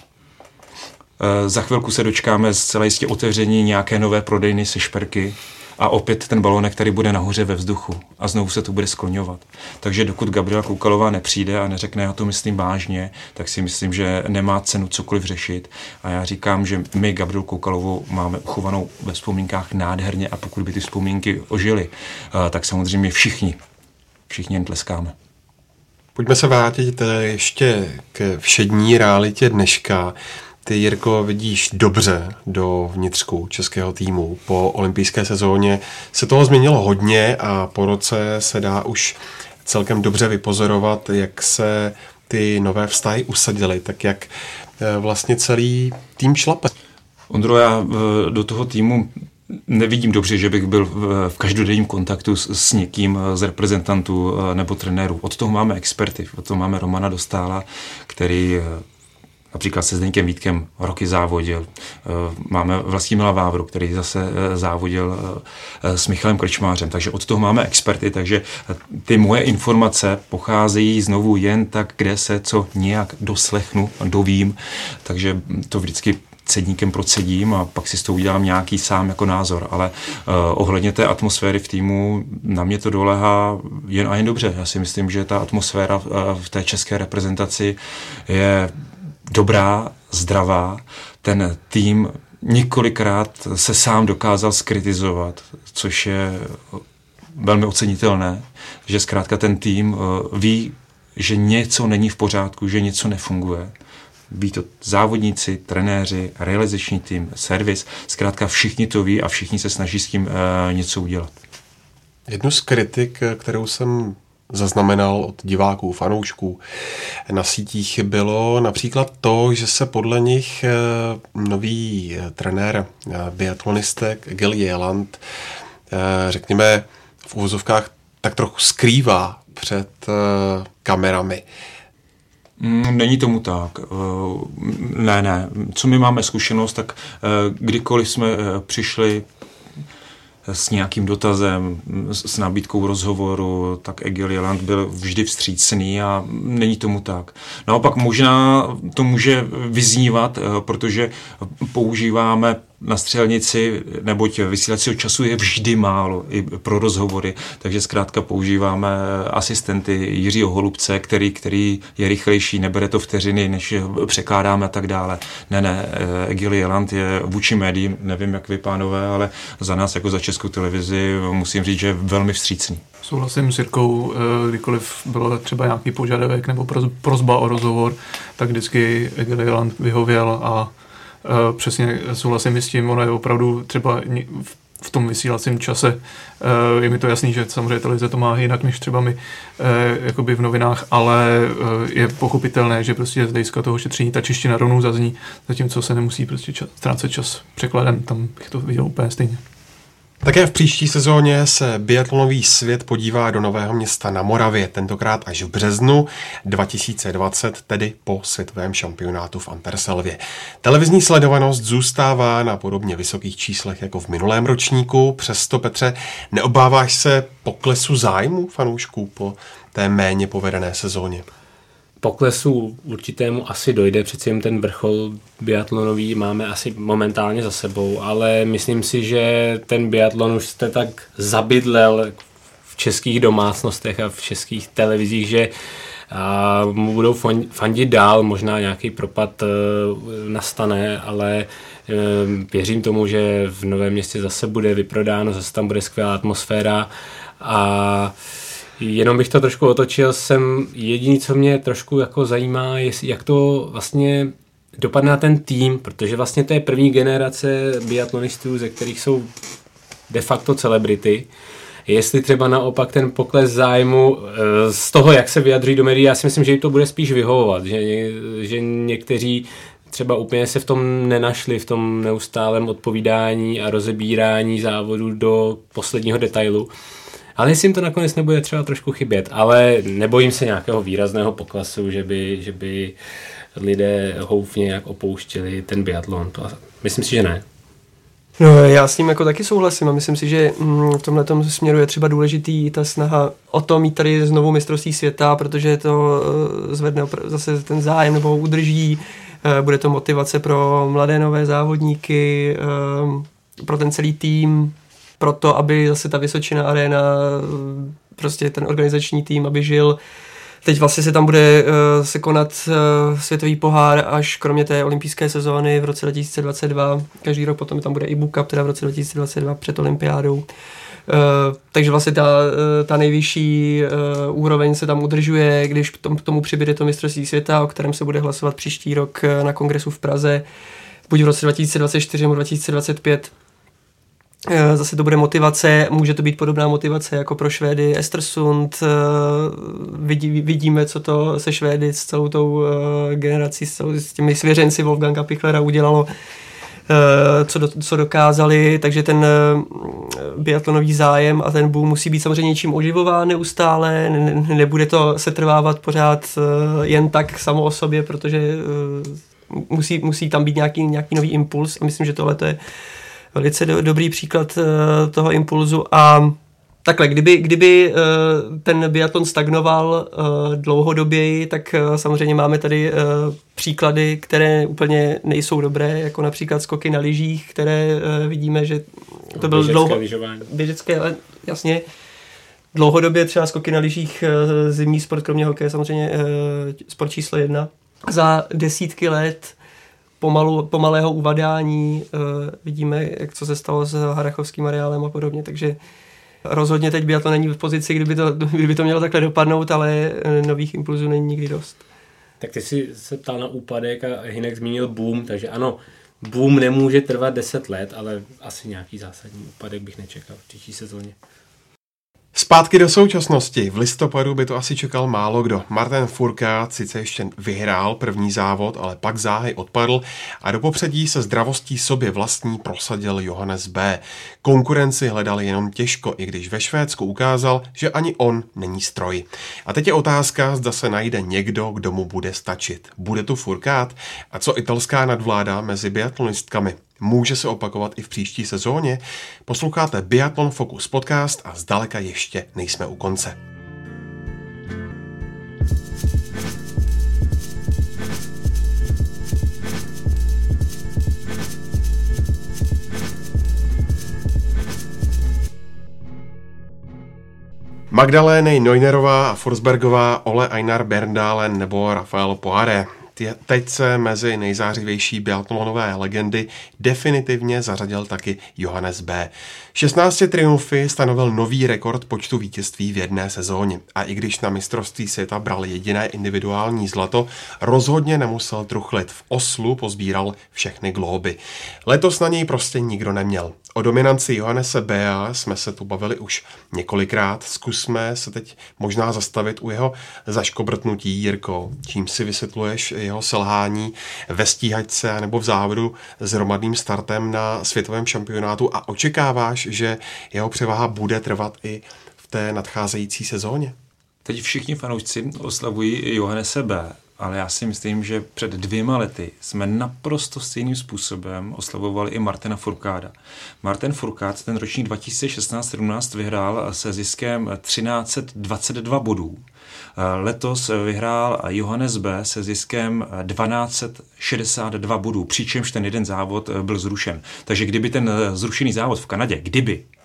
Speaker 2: E, za chvilku se dočkáme zcela jistě otevření nějaké nové prodejny se šperky a opět ten balónek, který bude nahoře ve vzduchu a znovu se to bude skloňovat. Takže dokud Gabriela Koukalová nepřijde a neřekne, já to myslím vážně, tak si myslím, že nemá cenu cokoliv řešit. A já říkám, že my Gabrielu Koukalovou máme uchovanou ve vzpomínkách nádherně a pokud by ty vzpomínky ožily, tak samozřejmě všichni, všichni jen tleskáme.
Speaker 1: Pojďme se vrátit ještě k všední realitě dneška. Ty, Jirko, vidíš dobře do vnitřku českého týmu. Po olympijské sezóně se toho změnilo hodně a po roce se dá už celkem dobře vypozorovat, jak se ty nové vztahy usadily, tak jak vlastně celý tým šlape.
Speaker 2: Ondro, já do toho týmu nevidím dobře, že bych byl v každodenním kontaktu s, s někým z reprezentantů nebo trenérů. Od toho máme experty, od toho máme Romana Dostála, který například se Zdeňkem Vítkem roky závodil. Máme Vlastimila Vávru, který zase závodil s Michalem Krčmářem. Takže od toho máme experty, takže ty moje informace pocházejí znovu jen tak, kde se co nějak doslechnu, dovím. Takže to vždycky cedníkem procedím a pak si s tou udělám nějaký sám jako názor. Ale uh, ohledně té atmosféry v týmu, na mě to dolehá jen a jen dobře. Já si myslím, že ta atmosféra uh, v té české reprezentaci je dobrá, zdravá. Ten tým několikrát se sám dokázal skritizovat, což je velmi ocenitelné, že zkrátka ten tým ví, že něco není v pořádku, že něco nefunguje. Ví to závodníci, trenéři, realizační tým, servis, zkrátka všichni to ví a všichni se snaží s tím uh, něco udělat.
Speaker 1: Jednu z kritik, kterou jsem zaznamenal od diváků, fanoušků na sítích, bylo například to, že se podle nich nový trenér biatlonistek Egil Jæland, řekněme v uvozovkách, tak trochu skrývá před kamerami.
Speaker 2: Není tomu tak. Ne, ne. Co my máme zkušenost, tak kdykoliv jsme přišli s nějakým dotazem, s nabídkou rozhovoru, tak Egil Jæland byl vždy vstřícný a není tomu tak. Naopak možná to může vyznívat, protože používáme na střelnici, neboť vysílacího času je vždy málo i pro rozhovory, takže zkrátka používáme asistenty Jiřího Holubce, který, který je rychlejší, nebere to vteřiny, než překládáme a tak dále. Ne, ne, Egil Jæland je vůči médiím, nevím jak vy pánové, ale za nás jako za Českou televizi musím říct, že je velmi vstřícný.
Speaker 3: Souhlasím s Jirkou, kdykoliv bylo třeba nějaký požadavek nebo prosba o rozhovor, tak vždycky Egil Jæland vyhověl a Uh, přesně souhlasím s tím, ono je opravdu třeba v tom vysílacím čase, uh, je mi to jasný, že samozřejmě televize to má jinak než třeba my uh, jakoby v novinách, ale uh, je pochopitelné, že prostě z hlediska toho šetření ta čeština rovnou zazní, zatímco se nemusí prostě čas, ztrácet čas překladem, tam bych to viděl úplně stejně.
Speaker 1: Také v příští sezóně se biatlonový svět podívá do Nového Města na Moravě, tentokrát až v březnu dva tisíce dvacet, tedy po světovém šampionátu v Anterselvě. Televizní sledovanost zůstává na podobně vysokých číslech jako v minulém ročníku, přesto, Petře, neobáváš se poklesu zájmu fanoušků po té méně povedené sezóně?
Speaker 4: Poklesu určitému asi dojde, přeci jen ten vrchol biatlonový máme asi momentálně za sebou, ale myslím si, že ten biatlon už jste tak zabydlel v českých domácnostech a v českých televizích, že a mu budou fandit dál, možná nějaký propad nastane, ale věřím tomu, že v Novém Městě zase bude vyprodáno, zase tam bude skvělá atmosféra a jenom bych to trošku otočil, jsem jediný, co mě trošku jako zajímá, je, jak to vlastně dopadne na ten tým, protože vlastně to je první generace biatlonistů, ze kterých jsou de facto celebrity. Jestli třeba naopak ten pokles zájmu z toho, jak se vyjadří do médií, já si myslím, že jim to bude spíš vyhovovat, že, že někteří třeba úplně se v tom nenašli, v tom neustálém odpovídání a rozebírání závodu do posledního detailu. Ale jestli jim to nakonec nebude třeba trošku chybět, ale nebojím se nějakého výrazného poklesu, že by, že by lidé houfně nějak opouštěli ten biatlon. To myslím si, že ne.
Speaker 5: No, já s tím jako taky souhlasím a myslím si, že v tomhletom směru je třeba důležitý ta snaha o to mít tady znovu mistrovství světa, protože to zvedne zase ten zájem nebo ho udrží, bude to motivace pro mladé nové závodníky, pro ten celý tým, pro to, aby zase ta Vysočina Arena, prostě ten organizační tým, aby žil. Teď vlastně se tam bude uh, se konat uh, světový pohár až kromě té olympijské sezóny v roce dva tisíce dvacet dva. Každý rok potom tam bude i Book Cup, teda v roce dva tisíce dvacet dva před olympiádou. Uh, takže vlastně ta, uh, ta nejvyšší uh, úroveň se tam udržuje, když k tomu, k tomu přibude to mistrovství světa, o kterém se bude hlasovat příští rok uh, na kongresu v Praze, buď v roce dva tisíce dvacet čtyři nebo dva tisíce dvacet pět. Zase to bude motivace, může to být podobná motivace jako pro Švédy Östersund. Vidí, vidíme, co to se Švédy s celou tou generací, s, celou, s těmi svěřenci Wolfganga Pichlera udělalo, co, do, co dokázali, takže ten biatlonový zájem a ten boom musí být samozřejmě něčím oživován neustále, ne, nebude to setrvávat pořád jen tak samo o sobě, protože musí, musí tam být nějaký, nějaký nový impuls a myslím, že tohle to je velice do, dobrý příklad uh, toho impulzu a takhle, kdyby, kdyby uh, ten biatlon stagnoval uh, dlouhodoběji, tak uh, samozřejmě máme tady uh, příklady, které úplně nejsou dobré, jako například skoky na lyžích, které uh, vidíme, že to byl dlouho... Běžecké, ale jasně. Dlouhodobě třeba skoky na lyžích, uh, zimní sport, kromě hokeje, samozřejmě uh, sport číslo jedna. Za desítky let Pomalu, pomalého uvadání, uh, vidíme, jak co se stalo s Harrachovským areálem a podobně, takže rozhodně teď biatlon není v pozici, kdyby to, kdyby to mělo takhle dopadnout, ale nových impulzů není nikdy dost.
Speaker 4: Tak ty jsi se ptal na úpadek a Hynek zmínil boom, takže ano, boom nemůže trvat deset let, ale asi nějaký zásadní úpadek bych nečekal v příští sezóně.
Speaker 1: Zpátky do současnosti. V listopadu by to asi čekal málo kdo. Martin Fourcade sice ještě vyhrál první závod, ale pak záhy odpadl a do popředí se zdravostí sobě vlastní prosadil Johannes B. Konkurenci hledali jenom těžko, i když ve Švédsku ukázal, že ani on není stroj. A teď je otázka, zda se najde někdo, kdo mu bude stačit. Bude tu Fourcade? A co italská nadvláda mezi biatlonistkami? Může se opakovat i v příští sezóně? Posloucháte Biathlon Focus podcast a zdaleka ještě nejsme u konce. Magdalény Neunerová a Forsbergová, Ole Einar Berndahl nebo Rafael Poiré. Teď se mezi nejzářivější biatlonové legendy definitivně zařadil taky Johannes B. šestnácti triumfy stanovil nový rekord počtu vítězství v jedné sezóně. A i když na mistrovství světa bral jediné individuální zlato, rozhodně nemusel truchlit. V Oslu pozbíral všechny glóby. Letos na něj prostě nikdo neměl. O dominanci Johannese B. jsme se tu bavili už několikrát. Zkusme se teď možná zastavit u jeho zaškobrtnutí, Jirko. Čím si vysvětluješ jeho selhání ve stíhačce nebo v závodu s hromadným startem na světovém šampionátu a očekáváš, že jeho převaha bude trvat i v té nadcházející sezóně?
Speaker 2: Teď všichni fanoušci oslavují Johannese B., ale já si myslím, že před dvěma lety jsme naprosto stejným způsobem oslavovali i Martina Fourcada. Martin Fourcade ten ročník dva tisíce šestnáct sedmnáct vyhrál se ziskem třináct set dvacet dva bodů. Letos vyhrál Johannes B. se ziskem dvanáct set šedesát dva bodů, přičemž ten jeden závod byl zrušen. Takže kdyby ten zrušený závod v Kanadě, kdyby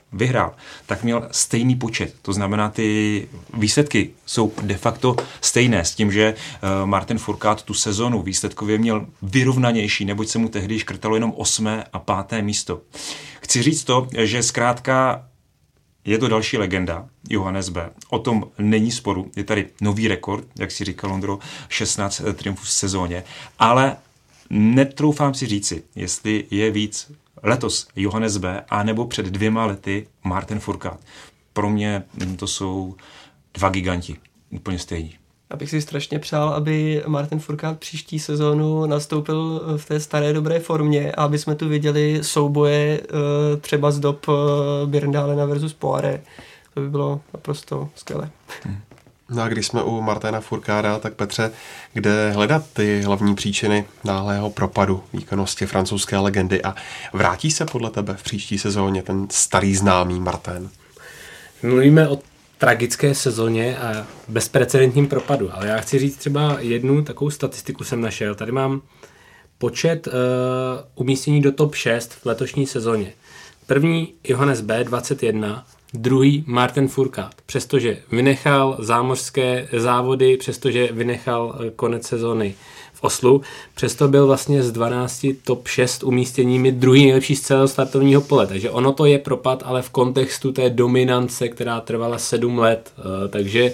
Speaker 2: vyhrál, tak měl stejný počet. To znamená, ty výsledky jsou de facto stejné s tím, že Martin Fourcade tu sezonu výsledkově měl vyrovnanější, neboť se mu tehdy škrtalo jenom osmé a páté místo. Chci říct to, že zkrátka je to další legenda, Johannes B. O tom není sporu. Je tady nový rekord, jak si říkal Ondro, šestnáct triumfů v sezóně. Ale netroufám si říci, jestli je víc letos Johannes B. a nebo před dvěma lety Martin Fourcade. Pro mě to jsou dva giganti. Úplně stejní.
Speaker 5: Abych si strašně přál, aby Martin Fourcade příští sezónu nastoupil v té staré dobré formě a aby jsme tu viděli souboje třeba z dob Bjerndalena versus Poiré. To by bylo naprosto skvělé. Hmm.
Speaker 1: No a když jsme u Martina Fourcada, tak Petře, kde hledat ty hlavní příčiny náhlého propadu výkonnosti francouzské legendy a vrátí se podle tebe v příští sezóně ten starý známý Martin?
Speaker 4: Mluvíme o tragické sezóně a bezprecedentním propadu, ale já chci říct třeba jednu takovou statistiku jsem našel. Tady mám počet uh, umístění do top šest v letošní sezóně. První Johannes B. dvacet jedna, druhý Martin Fourcade, přestože vynechal zámořské závody, přestože vynechal konec sezóny v Oslu, přesto byl vlastně z dvanácti top šest umístěními druhý nejlepší z celého startovního pole, takže ono to je propad, ale v kontextu té dominance, která trvala sedm let, takže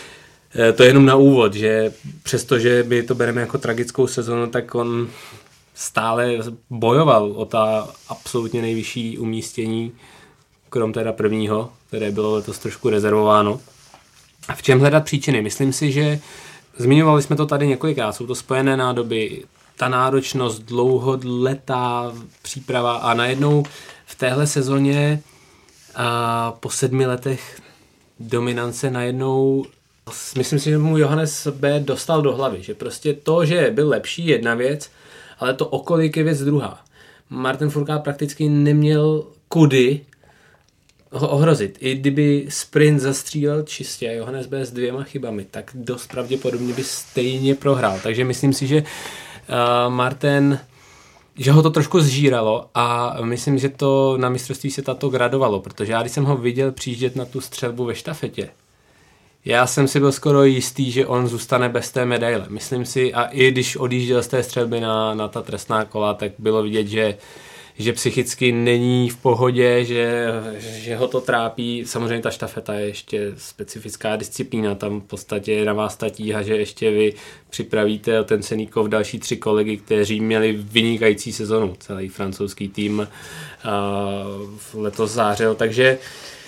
Speaker 4: to je jenom na úvod, že přestože by to bereme jako tragickou sezonu, tak on stále bojoval o ta absolutně nejvyšší umístění, krom teda prvního, které bylo letos trošku rezervováno. A v čem hledat příčiny? Myslím si, že zmiňovali jsme to tady několikrát, jsou to spojené nádoby, ta náročnost, dlouholetá příprava a najednou v téhle sezóně a po sedmi letech dominance najednou myslím si, že mu Johannes B. dostal do hlavy, že prostě to, že byl lepší, jedna věc, ale to okolik je věc druhá. Martin Fourcade prakticky neměl kudy ho ohrozit. I kdyby sprint zastřílel čistě a Johannes B. s dvěma chybami, tak dost pravděpodobně by stejně prohrál. Takže myslím si, že uh, Martin, že ho to trošku zžíralo a myslím, že to na mistrovství světa to gradovalo, protože já když jsem ho viděl přijíždět na tu střelbu ve štafetě, já jsem si byl skoro jistý, že on zůstane bez té medaile. Myslím si, a i když odjížděl z té střelby na, na ta trestná kola, tak bylo vidět, že že psychicky není v pohodě, že, že ho to trápí. Samozřejmě ta štafeta je ještě specifická disciplína, tam v podstatě na vás ta tíha, že ještě vy připravíte o ten cenný kov další tři kolegy, kteří měli vynikající sezonu. Celý francouzský tým uh, letos zářil, takže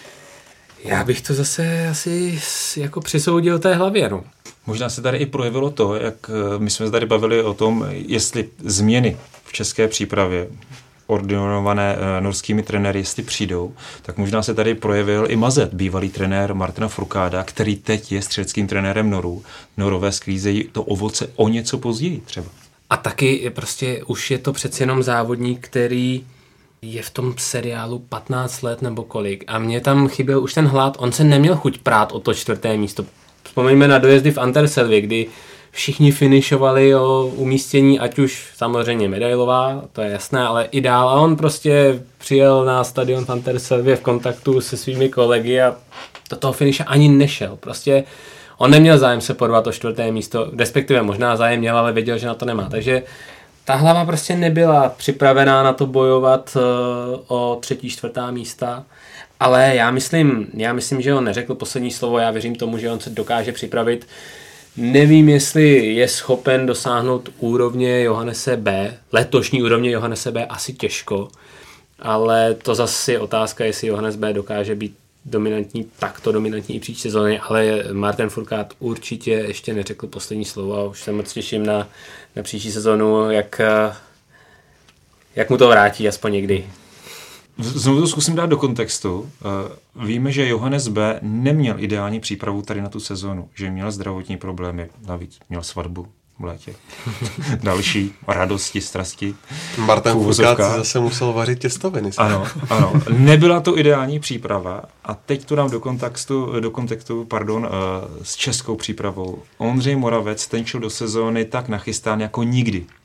Speaker 4: já bych to zase asi jako přisoudil té hlavě. No.
Speaker 2: Možná se tady i projevilo to, jak my jsme se tady bavili o tom, jestli změny v české přípravě ordinované uh, norskými trenéry, jestli přijdou, tak možná se tady projevil i Mazet, bývalý trenér Martina Fourcada, který teď je střeleckým trenérem Norů. Norové sklízejí to ovoce o něco později třeba.
Speaker 4: A taky prostě už je to přeci jenom závodník, který je v tom seriálu patnáct let nebo kolik a mě tam chyběl už ten hlad, on se neměl chuť prát o to čtvrté místo. Vzpomeňme na dojezdy v Anterselvě, kdy všichni finišovali o umístění, ať už samozřejmě medailová, to je jasné, ale i dál. A on prostě přijel na stadion v Anterselvě v kontaktu se svými kolegy a do toho finiše ani nešel. Prostě on neměl zájem se porvat o čtvrté místo, respektive možná zájem měl, ale věděl, že na to nemá. Takže ta hlava prostě nebyla připravená na to bojovat o třetí, čtvrtá místa. Ale já myslím, já myslím, že on neřekl poslední slovo, já věřím tomu, že on se dokáže připravit. Nevím, jestli je schopen dosáhnout úrovně Johannese B, letošní úrovně Johannese B, asi těžko, ale to zase je otázka, jestli Johannes B dokáže být dominantní, takto dominantní i příští sezóny, ale Martin Fourcade určitě ještě neřekl poslední slovo a už se moc těším na, na příští sezónu, jak, jak mu to vrátí aspoň někdy.
Speaker 2: Znovu to zkusím dát do kontextu. Víme, že Johannes B. neměl ideální přípravu tady na tu sezonu, že měl zdravotní problémy, navíc měl svatbu v létě. Další radosti, strasti.
Speaker 1: Martin Fourcade zase musel vařit těstoviny.
Speaker 2: Ano, ano. Nebyla to ideální příprava a teď to dám do kontextu, do kontextu pardon, s českou přípravou. Ondřej Moravec ten šel do sezóny tak nachystán jako nikdy.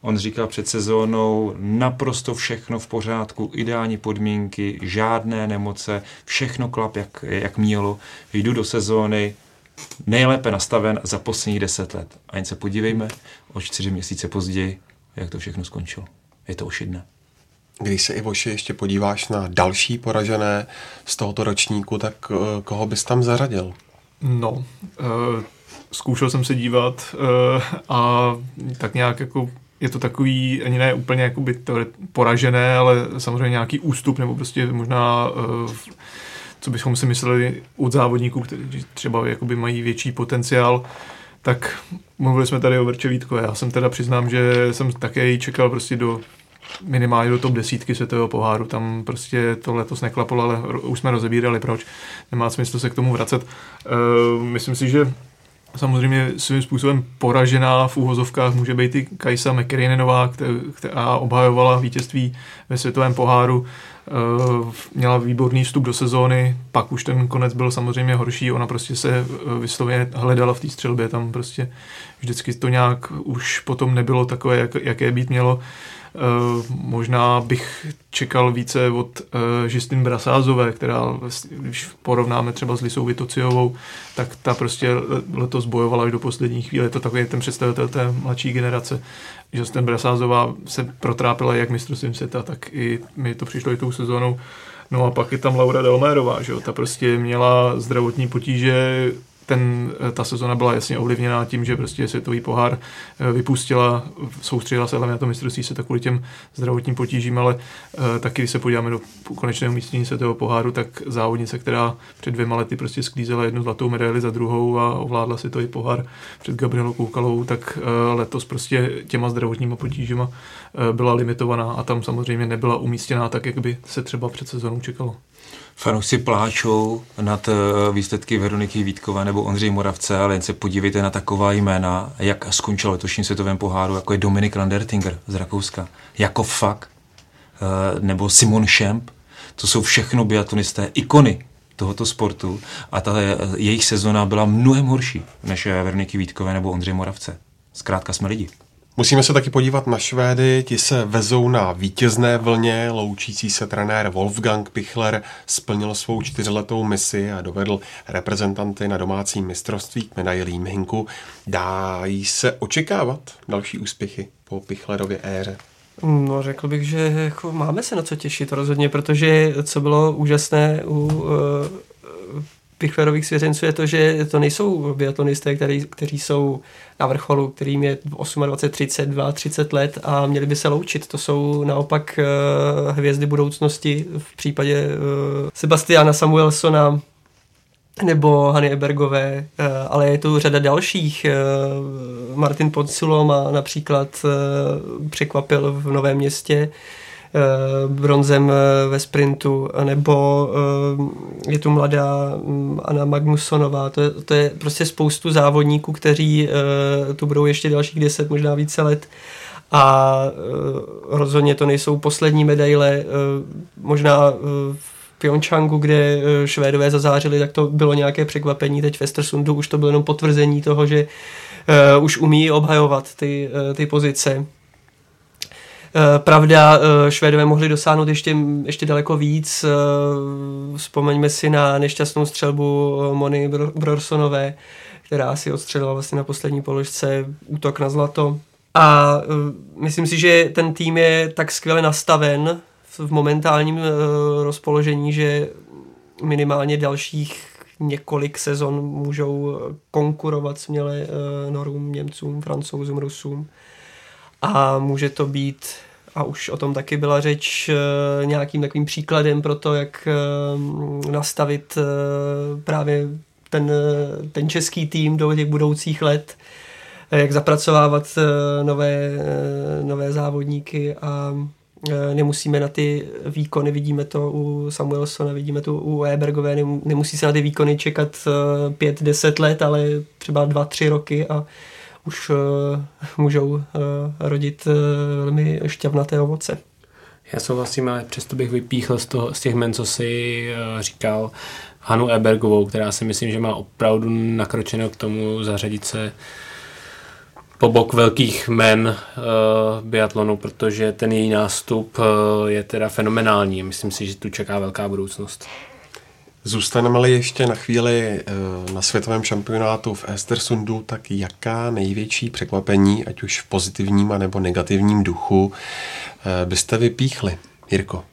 Speaker 2: On říkal před sezónou naprosto všechno v pořádku, ideální podmínky, žádné nemoce, všechno klap, jak, jak mělo. Jdu do sezóny nejlépe nastaven za posledních deset let. A jen se podívejme, o čtyři měsíce později, jak to všechno skončilo. Je to ošidné.
Speaker 1: Když se, Ivoši, ještě podíváš na další poražené z tohoto ročníku, tak uh, koho bys tam zařadil?
Speaker 3: No, uh, zkoušel jsem se dívat uh, a tak nějak jako je to takový, ani ne úplně jakoby poražené, ale samozřejmě nějaký ústup, nebo prostě možná, uh, co bychom si mysleli od závodníků, kteří třeba jakoby mají větší potenciál. Tak mluvili jsme tady o Verče Vítkové. Já jsem teda přiznám, že jsem také ji čekal prostě do minimálně do top desítky světového poháru. Tam prostě to letos neklaplo, ale už jsme rozebírali, proč. Nemá smysl se k tomu vracet. Uh, myslím si, že samozřejmě svým způsobem poražená v úhozovkách může být i Kajsa McKinnonová, která obhajovala vítězství ve světovém poháru. Měla výborný vstup do sezóny, pak už ten konec byl samozřejmě horší, ona prostě se vyslovně hledala v té střelbě, tam prostě vždycky to nějak už potom nebylo takové, jak, jaké být mělo. Uh, možná bych čekal více od uh, Justine Brasázové, která, když porovnáme třeba s Lisou Vitociovou, tak ta prostě letos bojovala až do poslední chvíle. Je to takový ten představitel té mladší generace. Justine Brasázová se protrápila jak mistrovstvím světa, tak i mi to přišlo i tou sezónou. No a pak je tam Laura Delmérová, že jo? Ta prostě měla zdravotní potíže. Ten, ta sezona byla jasně ovlivněná tím, že prostě světový pohár vypustila, soustředila se hlavně na to mistrovství světa kvůli těm zdravotním potížím, ale uh, taky, když se podíváme do konečného umístění světového poháru, tak závodnice, která před dvěma lety prostě sklízela jednu zlatou medaili za druhou a ovládla světový pohár před Gabrielou Koukalovou, tak uh, letos prostě těma zdravotníma potížima uh, byla limitovaná a tam samozřejmě nebyla umístěná tak, jak by se třeba před sezónou čekalo.
Speaker 2: Fanoušci pláčou nad výsledky Veroniky Vítkové nebo Ondřeje Moravce, ale jen se podívejte na taková jména, jak skončil letošním světovém poháru, jako je Dominik Landertinger z Rakouska, jako Fak, nebo Simon Schemp. To jsou všechno biatlonisté, ikony tohoto sportu a ta jejich sezona byla mnohem horší než Veroniky Vítkové nebo Ondřeje Moravce. Zkrátka jsme lidi.
Speaker 1: Musíme se taky podívat na Švédy, ti se vezou na vítězné vlně, loučící se trenér Wolfgang Pichler splnil svou čtyřletou misi a dovedl reprezentanty na domácím mistrovství k medailím Hinku. Dají se očekávat další úspěchy po Pichlerově éře?
Speaker 5: No, řekl bych, že jako máme se na co těšit rozhodně, protože co bylo úžasné u uh, Pichlerových svěřenců je to, že to nejsou biatlonisté, který, kteří jsou na vrcholu, kterým je dvacet osm, třicet, třicet dva let a měli by se loučit. To jsou naopak uh, hvězdy budoucnosti v případě uh, Sebastiana Samuelsona nebo Hany Ebergové, uh, ale je tu řada dalších. Uh, Martin Ponsiluoma například uh, překvapil v Novém Městě bronzem ve sprintu, nebo je tu mladá Anna Magnussonová. To je, to je prostě spoustu závodníků, kteří tu budou ještě dalších deset, možná více let. A rozhodně to nejsou poslední medaile. Možná v Pyeongchangu, kde Švédové zazářili, tak to bylo nějaké překvapení. Teď v Östersundu už to bylo jenom potvrzení toho, že už umí obhajovat ty, ty pozice. Pravda, Švédové mohli dosáhnout ještě, ještě daleko víc. Vzpomeňme si na nešťastnou střelbu Mony Brorsonové, která si odstřelila vlastně na poslední položce útok na zlato. A myslím si, že ten tým je tak skvěle nastaven v momentálním rozpoložení, že minimálně dalších několik sezon můžou konkurovat směle Norům, Němcům, Francouzům, Rusům. A může to být, a už o tom taky byla řeč, nějakým takovým příkladem pro to, jak nastavit právě ten, ten český tým do těch budoucích let, jak zapracovávat nové, nové závodníky a nemusíme na ty výkony, vidíme to u Samuelsona, vidíme to u Ebergové, nemusí se na ty výkony čekat pět, deset let, ale třeba dva, tři roky a už uh, můžou uh, rodit uh, velmi šťavnaté ovoce.
Speaker 4: Já souhlasím, ale přesto bych vypíchl z, toho, z těch men, co si uh, říkal, Hanu Ebergovou, která si myslím, že má opravdu nakročeno k tomu zařadit se po bok velkých jmen uh, biatlonu, protože ten její nástup uh, je teda fenomenální. Myslím si, že tu čeká velká budoucnost.
Speaker 1: Zůstaneme-li ještě na chvíli na světovém šampionátu v Östersundu, tak jaká největší překvapení, ať už v pozitivním a nebo negativním duchu, byste vypíchli, Jirko?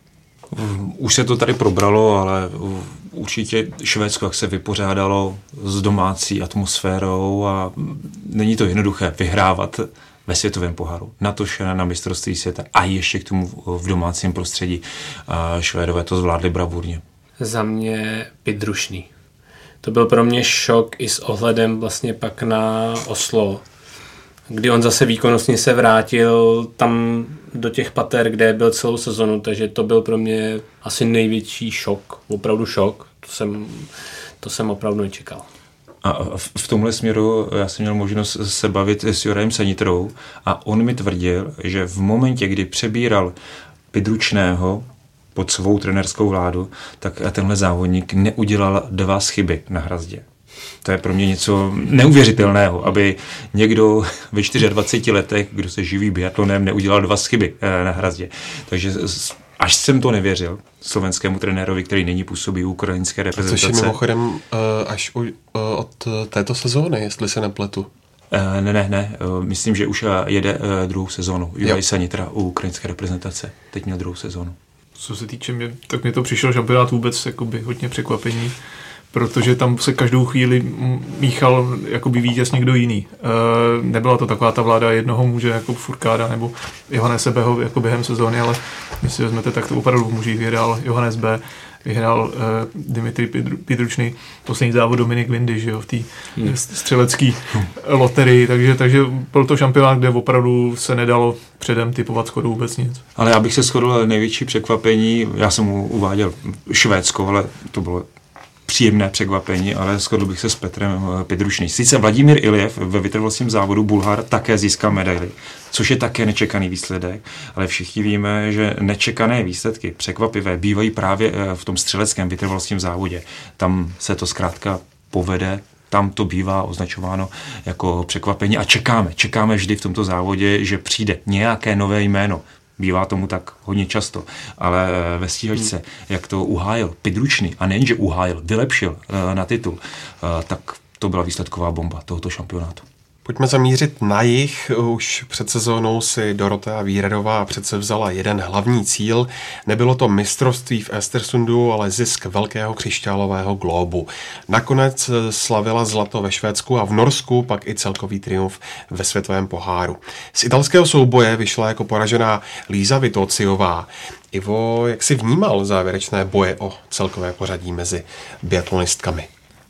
Speaker 2: Už se to tady probralo, ale určitě Švédsko, jak se vypořádalo s domácí atmosférou a není to jednoduché vyhrávat ve světovém poháru, natož na mistrovství světa a ještě k tomu v domácím prostředí. A Švédové to zvládli bravurně.
Speaker 4: Za mě Pidrušný. To byl pro mě šok i s ohledem vlastně pak na Oslo, kdy on zase výkonnostně se vrátil tam do těch pater, kde byl celou sezonu, takže to byl pro mě asi největší šok, opravdu šok, to jsem, to jsem opravdu nečekal.
Speaker 2: A v tomhle směru já jsem měl možnost se bavit s Jurajem Sanitrou a on mi tvrdil, že v momentě, kdy přebíral Pidručného pod svou trenérskou vládu, tak tenhle závodník neudělal dva chyby na hrazdě. To je pro mě něco neuvěřitelného, aby někdo ve dvaceti čtyřech letech, kdo se živí biatlonem, neudělal dva chyby na hrazdě. Takže až jsem to nevěřil slovenskému trenérovi, který není působí u ukrajinské reprezentace.
Speaker 1: Což je mimochodem až od této sezóny, jestli se nepletu.
Speaker 2: Ne, ne, ne. Myslím, že už jede druhou sezónu. Juraj Sanitra u ukrajinské reprezentace. Teď měl druhou sezónu.
Speaker 3: Co se týče mě, tak mě to přišel šampionát vůbec jakoby hodně překvapení, protože tam se každou chvíli míchal jakoby vítěz někdo jiný. E, nebyla to taková ta vláda jednoho muže jako Furkáda nebo Johannes Beho jako během sezóny, ale když si vezmete, tak to opravdu v mužích vyhrál Johannes B., vyhrál e, Dimitri Pidručný, poslední závod Dominik Windy, že jo, v té hmm. střelecké loterii, takže, takže byl to šampionát, kde opravdu se nedalo předem typovat skoro vůbec nic.
Speaker 2: Ale já bych se shodl největší překvapení, já jsem mu uváděl Švédsko, ale to bylo příjemné překvapení, ale shodl bych se s Petrem Pidručný. Sice Vladimír Iljev ve vytrvalostním závodu Bulhar také získal medaili, což je také nečekaný výsledek, ale všichni víme, že nečekané výsledky, překvapivé, bývají právě v tom střeleckém vytrvalostním závodě. Tam se to zkrátka povede, tam to bývá označováno jako překvapení a čekáme, čekáme vždy v tomto závodě, že přijde nějaké nové jméno. Bývá tomu tak hodně často, ale ve stíhačce, hmm. jak to uhájil Pidručný, a nejenže uhájil, vylepšil na titul, tak to byla výsledková bomba tohoto šampionátu.
Speaker 1: Pojďme zamířit na jih. Už před sezónou si Dorotea Vírerová přece vzala jeden hlavní cíl. Nebylo to mistrovství v Östersundu, ale zisk velkého křišťálového glóbu. Nakonec slavila zlato ve Švédsku a v Norsku pak i celkový triumf ve světovém poháru. Z italského souboje vyšla jako poražená Líza Vitociová. Ivo, jak si vnímal závěrečné boje o celkové pořadí mezi biatlonistkami?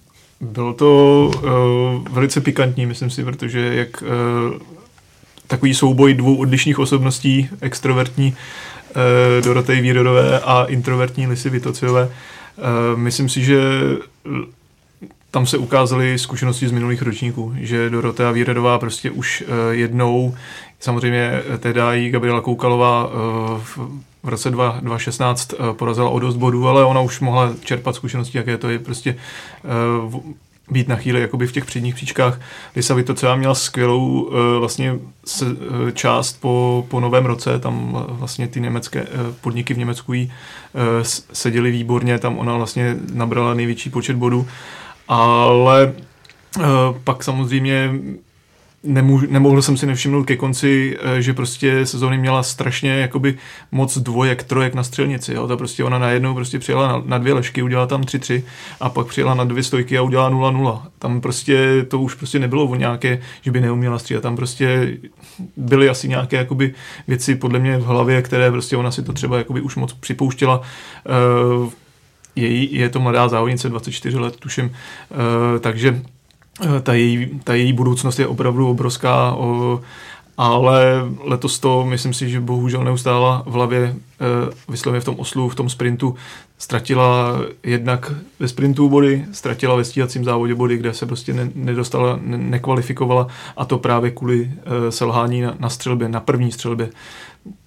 Speaker 3: Bylo to uh, velice pikantní, myslím si, protože jak uh, takový souboj dvou odlišných osobností, extrovertní uh, Dorotej Vírerové a introvertní Lisy Vitociové, uh, myslím si, že tam se ukázaly zkušenosti z minulých ročníků, že Dorotea Vírerová prostě už uh, jednou, samozřejmě teda jí Gabriela Koukalová uh, v, v roce dva tisíce šestnáct uh, porazila o dost bodů, ale ona už mohla čerpat zkušenosti, jaké to je prostě uh, být na chvíli jakoby v těch předních příčkách. Lisa Vitociová měla skvělou uh, vlastně se, uh, část po, po novém roce, tam uh, vlastně ty německé uh, podniky v Německu jí uh, seděly výborně, tam ona vlastně nabrala největší počet bodů, ale uh, pak samozřejmě Nemůž, nemohl jsem si nevšimnout ke konci, že prostě sezóny měla strašně jakoby moc dvojek, trojek na střelnici. Jo? Ta prostě ona najednou prostě přijela na, na dvě lešky, udělala tam tři tři a pak přijela na dvě stojky a udělala nula nula. Tam prostě to už prostě nebylo o nějaké, že by neuměla střílet. Tam prostě byly asi nějaké jakoby věci podle mě v hlavě, které prostě ona si to třeba jakoby už moc připouštěla. Uh, její, je to mladá závodnice, dvacet čtyři let tuším, uh, takže Ta její, ta její budoucnost je opravdu obrovská, o, ale letos to, myslím si, že bohužel neustála v hlavě, e, vyslovně v tom Oslu, v tom sprintu, ztratila jednak ve sprintu body, ztratila ve stíhacím závodě body, kde se prostě ne, nedostala, ne, nekvalifikovala, a to právě kvůli e, selhání na, na střelbě, na první střelbě.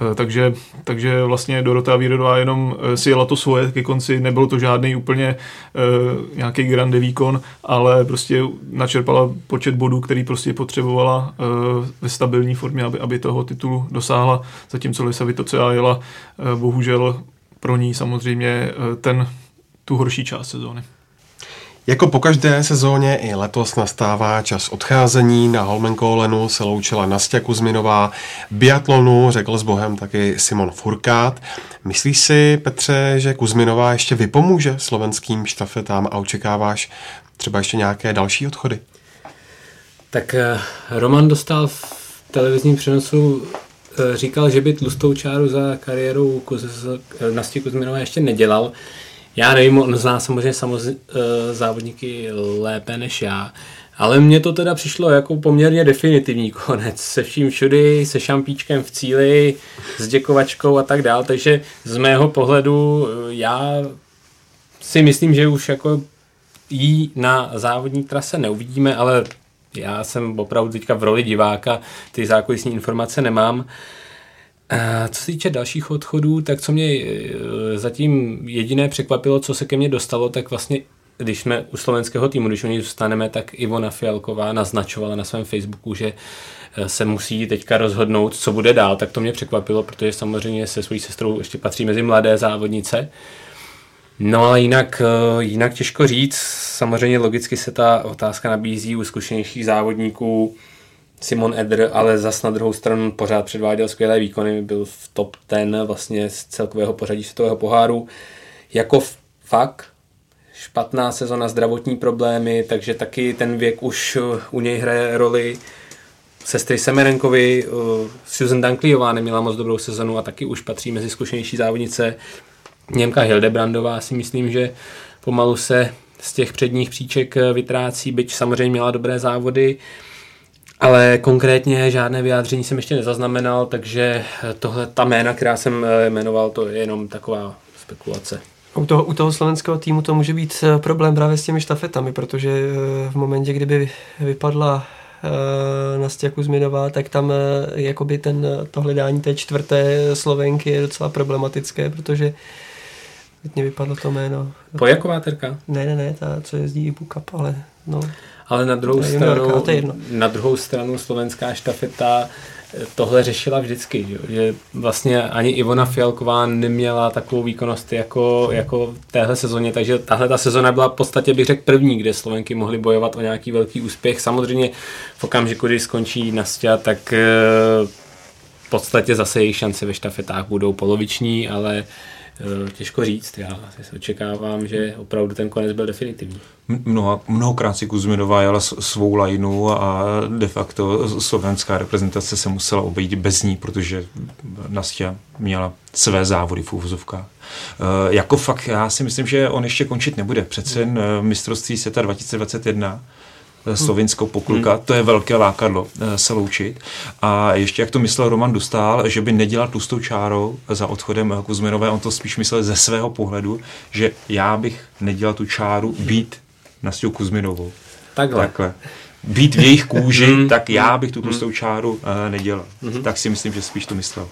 Speaker 3: Takže, takže vlastně Dorota Vírodová jenom si jela to svoje ke konci, nebyl to žádný úplně uh, nějaký grande výkon, ale prostě načerpala počet bodů, který prostě potřebovala uh, ve stabilní formě, aby, aby toho titulu dosáhla, zatímco Lisa Vitocea jela uh, bohužel pro ní samozřejmě uh, ten, tu horší část sezóny.
Speaker 1: Jako po každé sezóně i letos nastává čas odcházení. Na Holmenkollenu se loučila Nastěja Kuzminová, biatlonu řekl s Bohem taky Simon Furkát. Myslíš si, Petře, že Kuzminová ještě vypomůže slovenským štafetám a očekáváš třeba ještě nějaké další odchody?
Speaker 4: Tak Roman Dostál v televizním přenosu říkal, že by tlustou čáru za kariérou Kuz, Nastěji Kuzminové ještě nedělal. Já nevím, on zná samozřejmě samozřejmě závodníky lépe než já, ale mně to teda přišlo jako poměrně definitivní konec se vším všudy, se šampíčkem v cíli, s děkovačkou a tak dál, takže z mého pohledu já si myslím, že už jako jí na závodní trase neuvidíme, ale já jsem opravdu teďka v roli diváka, ty zákulisní informace nemám. A co se týče dalších odchodů, tak co mě zatím jediné překvapilo, co se ke mně dostalo, tak vlastně, když jsme u slovenského týmu, když u něj zůstaneme, tak Ivona Fialková naznačovala na svém Facebooku, že se musí teďka rozhodnout, co bude dál, tak to mě překvapilo, protože samozřejmě se svojí sestrou ještě patří mezi mladé závodnice. No ale jinak, jinak těžko říct, samozřejmě logicky se ta otázka nabízí u zkušenějších závodníků, Simon Eder, ale zas na druhou stranu pořád předváděl skvělé výkony, byl v top deset vlastně z celkového pořadí světového poháru. Jako fakt špatná sezona, zdravotní problémy, takže taky ten věk už u něj hraje roli. Sestry Semerenkovi, Susan Dankliová neměla moc dobrou sezonu a taky už patří mezi zkušenější závodnice. Němka Hildebrandová si myslím, že pomalu se z těch předních příček vytrácí, byť samozřejmě měla dobré závody. Ale konkrétně žádné vyjádření jsem ještě nezaznamenal, takže tohle, ta jména, která jsem jmenoval, to je jenom taková spekulace.
Speaker 5: U toho, u toho slovenského týmu to může být problém právě s těmi štafetami, protože v momentě, kdyby vypadla uh, Nastěja Kuzminová, tak tam uh, jakoby ten, to hledání té čtvrté Slovenky je docela problematické, protože teď mě vypadlo to jméno.
Speaker 4: Pojaková Terka?
Speaker 5: Ne, ne, ne, ta, co jezdí i Bukup, ale no...
Speaker 4: Ale na druhou, stranu, na druhou stranu slovenská štafeta tohle řešila vždycky, že, že vlastně ani Ivona Fialková neměla takovou výkonnost jako, jako v téhle sezóně, takže tahle ta sezona byla v podstatě, bych řekl, první, kde Slovenky mohly bojovat o nějaký velký úspěch. Samozřejmě v okamžiku, když skončí Nastěja, tak v podstatě zase jejich šance ve štafetách budou poloviční, ale těžko říct, já očekávám, že opravdu ten konec byl definitivní.
Speaker 2: Mnoha, mnohokrát si Kuzminová jela svou lajnu a de facto slovenská reprezentace se musela obejít bez ní, protože Nastěja měla své závody v úvozovkách. E, jako fakt, já si myslím, že on ještě končit nebude. Přece jen mistrovství světa dva tisíce dvacet jedna Slovinsko Poklka, hmm. to je velké lákadlo se loučit. A ještě jak to myslel Roman Dostál, že by nedělal tlustou čárou za odchodem Kuzminové, on to spíš myslel ze svého pohledu, že já bych nedělal tu čáru být Nastějou Kuzminovou.
Speaker 4: Takhle.
Speaker 2: Takhle. Být v jejich kůži, tak já bych tu tlustou čáru nedělal. Hmm. Tak si myslím, že spíš to myslel.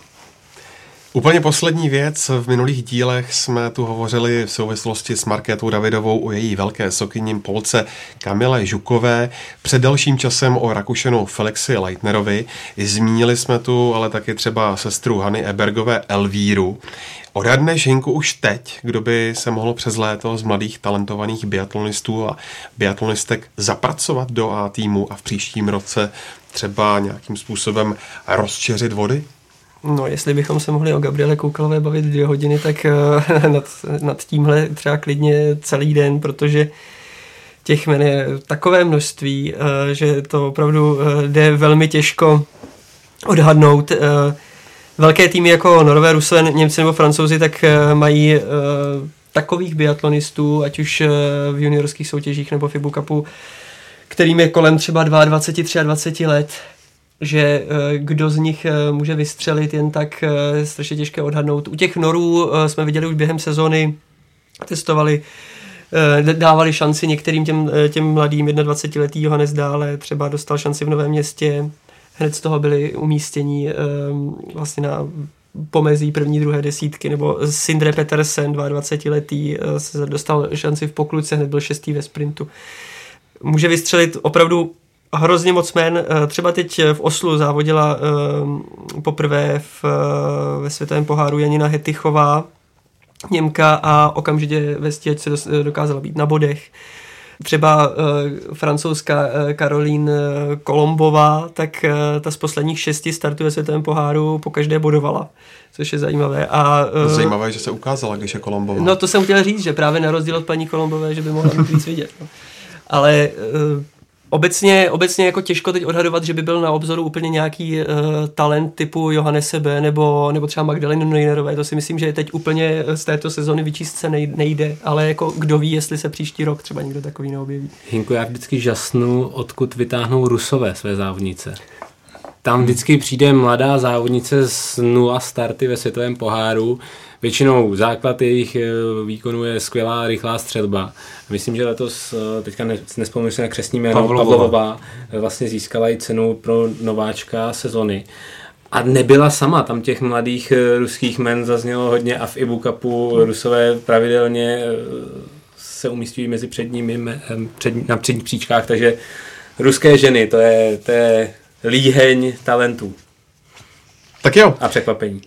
Speaker 1: Úplně poslední věc. V minulých dílech jsme tu hovořili v souvislosti s Markétou Davidovou o její velké sokyním Polce Kamile Žukové. Před dalším časem o Rakušanu Felixi Leitnerovi. Zmínili jsme tu ale taky třeba sestru Hany Ebergové Elvíru. Odhadneš, Hinku, už teď, kdo by se mohl přes léto z mladých talentovaných biatlonistů a biatlonistek zapracovat do A týmu a v příštím roce třeba nějakým způsobem rozčeřit vody?
Speaker 5: No, jestli bychom se mohli o Gabriele Koukalové bavit dvě hodiny, tak uh, nad, nad tímhle třeba klidně celý den, protože těch jmen je takové množství, uh, že to opravdu uh, jde velmi těžko odhadnout. Uh, velké týmy jako Norové, Rusové, Němci nebo Francouzi, tak uh, mají uh, takových biatlonistů, ať už uh, v juniorských soutěžích nebo v FIBU Cupu, kterým je kolem třeba dvacet dva, dvacet tři let, že kdo z nich může vystřelit jen tak, je strašně těžké odhadnout. U těch Norů jsme viděli už během sezóny, testovali, dávali šanci některým těm, těm mladým dvacetiletý Johannes Dále, třeba dostal šanci v Novém Městě, hned z toho byli umístění vlastně na pomezí první, druhé desítky, nebo Sindre Petersen, dvacetiletý, se dostal šanci v pokluce, hned byl šestý ve sprintu. Může vystřelit opravdu hrozně moc jmen. Třeba teď v Oslu závodila poprvé v, ve světovém poháru Janina Hetychová, Němka, a okamžitě ve stíhačce dokázala být na bodech. Třeba uh, francouzská uh, Caroline uh, Kolombová, tak uh, ta z posledních šesti startů ve světovém poháru po každé bodovala, což je zajímavé. A, uh,
Speaker 1: zajímavé, že se ukázala, když je Kolombová.
Speaker 5: No to jsem chtěl říct, že právě na rozdíl od paní Kolombové, že by mohla být víc vidět. No. Ale uh, obecně, obecně jako těžko teď odhadovat, že by byl na obzoru úplně nějaký uh, talent typu Johannese B. nebo, nebo třeba Magdaleny Neunerové. To si myslím, že teď úplně z této sezony vyčíst se nejde, ale jako kdo ví, jestli se příští rok třeba někdo takový neobjeví.
Speaker 4: Hinku, já vždycky žasnu, odkud vytáhnou Rusové své závodnice. Tam vždycky přijde mladá závodnice z nula starty ve světovém poháru. Většinou základ jejich výkonu je skvělá rychlá střelba. Myslím, že letos, teďka ne, nespomínám se na křestní jméno, Pavlová. Pavlová vlastně získala i cenu pro nováčka sezony. A nebyla sama, tam těch mladých ruských men zaznělo hodně a v Ibu Cupu Rusové pravidelně se umístují mezi předními, před, na předních příčkách, takže ruské ženy, to je, to je líheň talentů.
Speaker 1: Tak jo.
Speaker 4: A překvapení.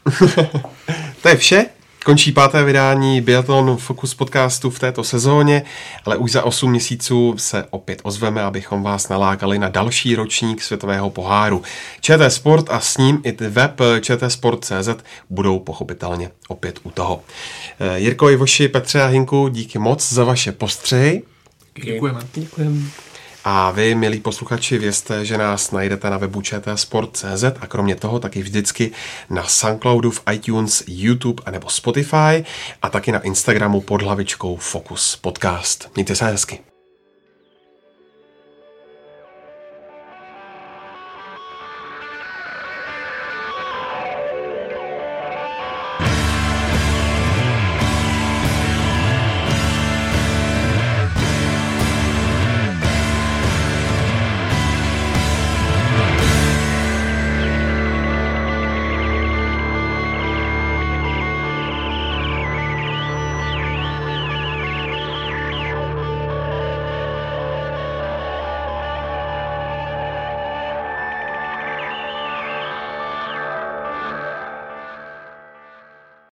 Speaker 1: To je vše. Končí páté vydání Biathlon Focus podcastu v této sezóně, ale už za osm měsíců se opět ozveme, abychom vás nalákali na další ročník světového poháru. ČT Sport a s ním i web čtsport tečka cz budou pochopitelně opět u toho. Jirko, Ivoši, Petře a Hinku, díky moc za vaše postřehy.
Speaker 3: Děkujeme.
Speaker 5: Děkujeme.
Speaker 1: A vy, milí posluchači, vězte, že nás najdete na webu čtsport tečka cz a kromě toho taky vždycky na Soundcloudu, v iTunes, YouTube anebo Spotify a taky na Instagramu pod hlavičkou Focus Podcast. Mějte se hezky.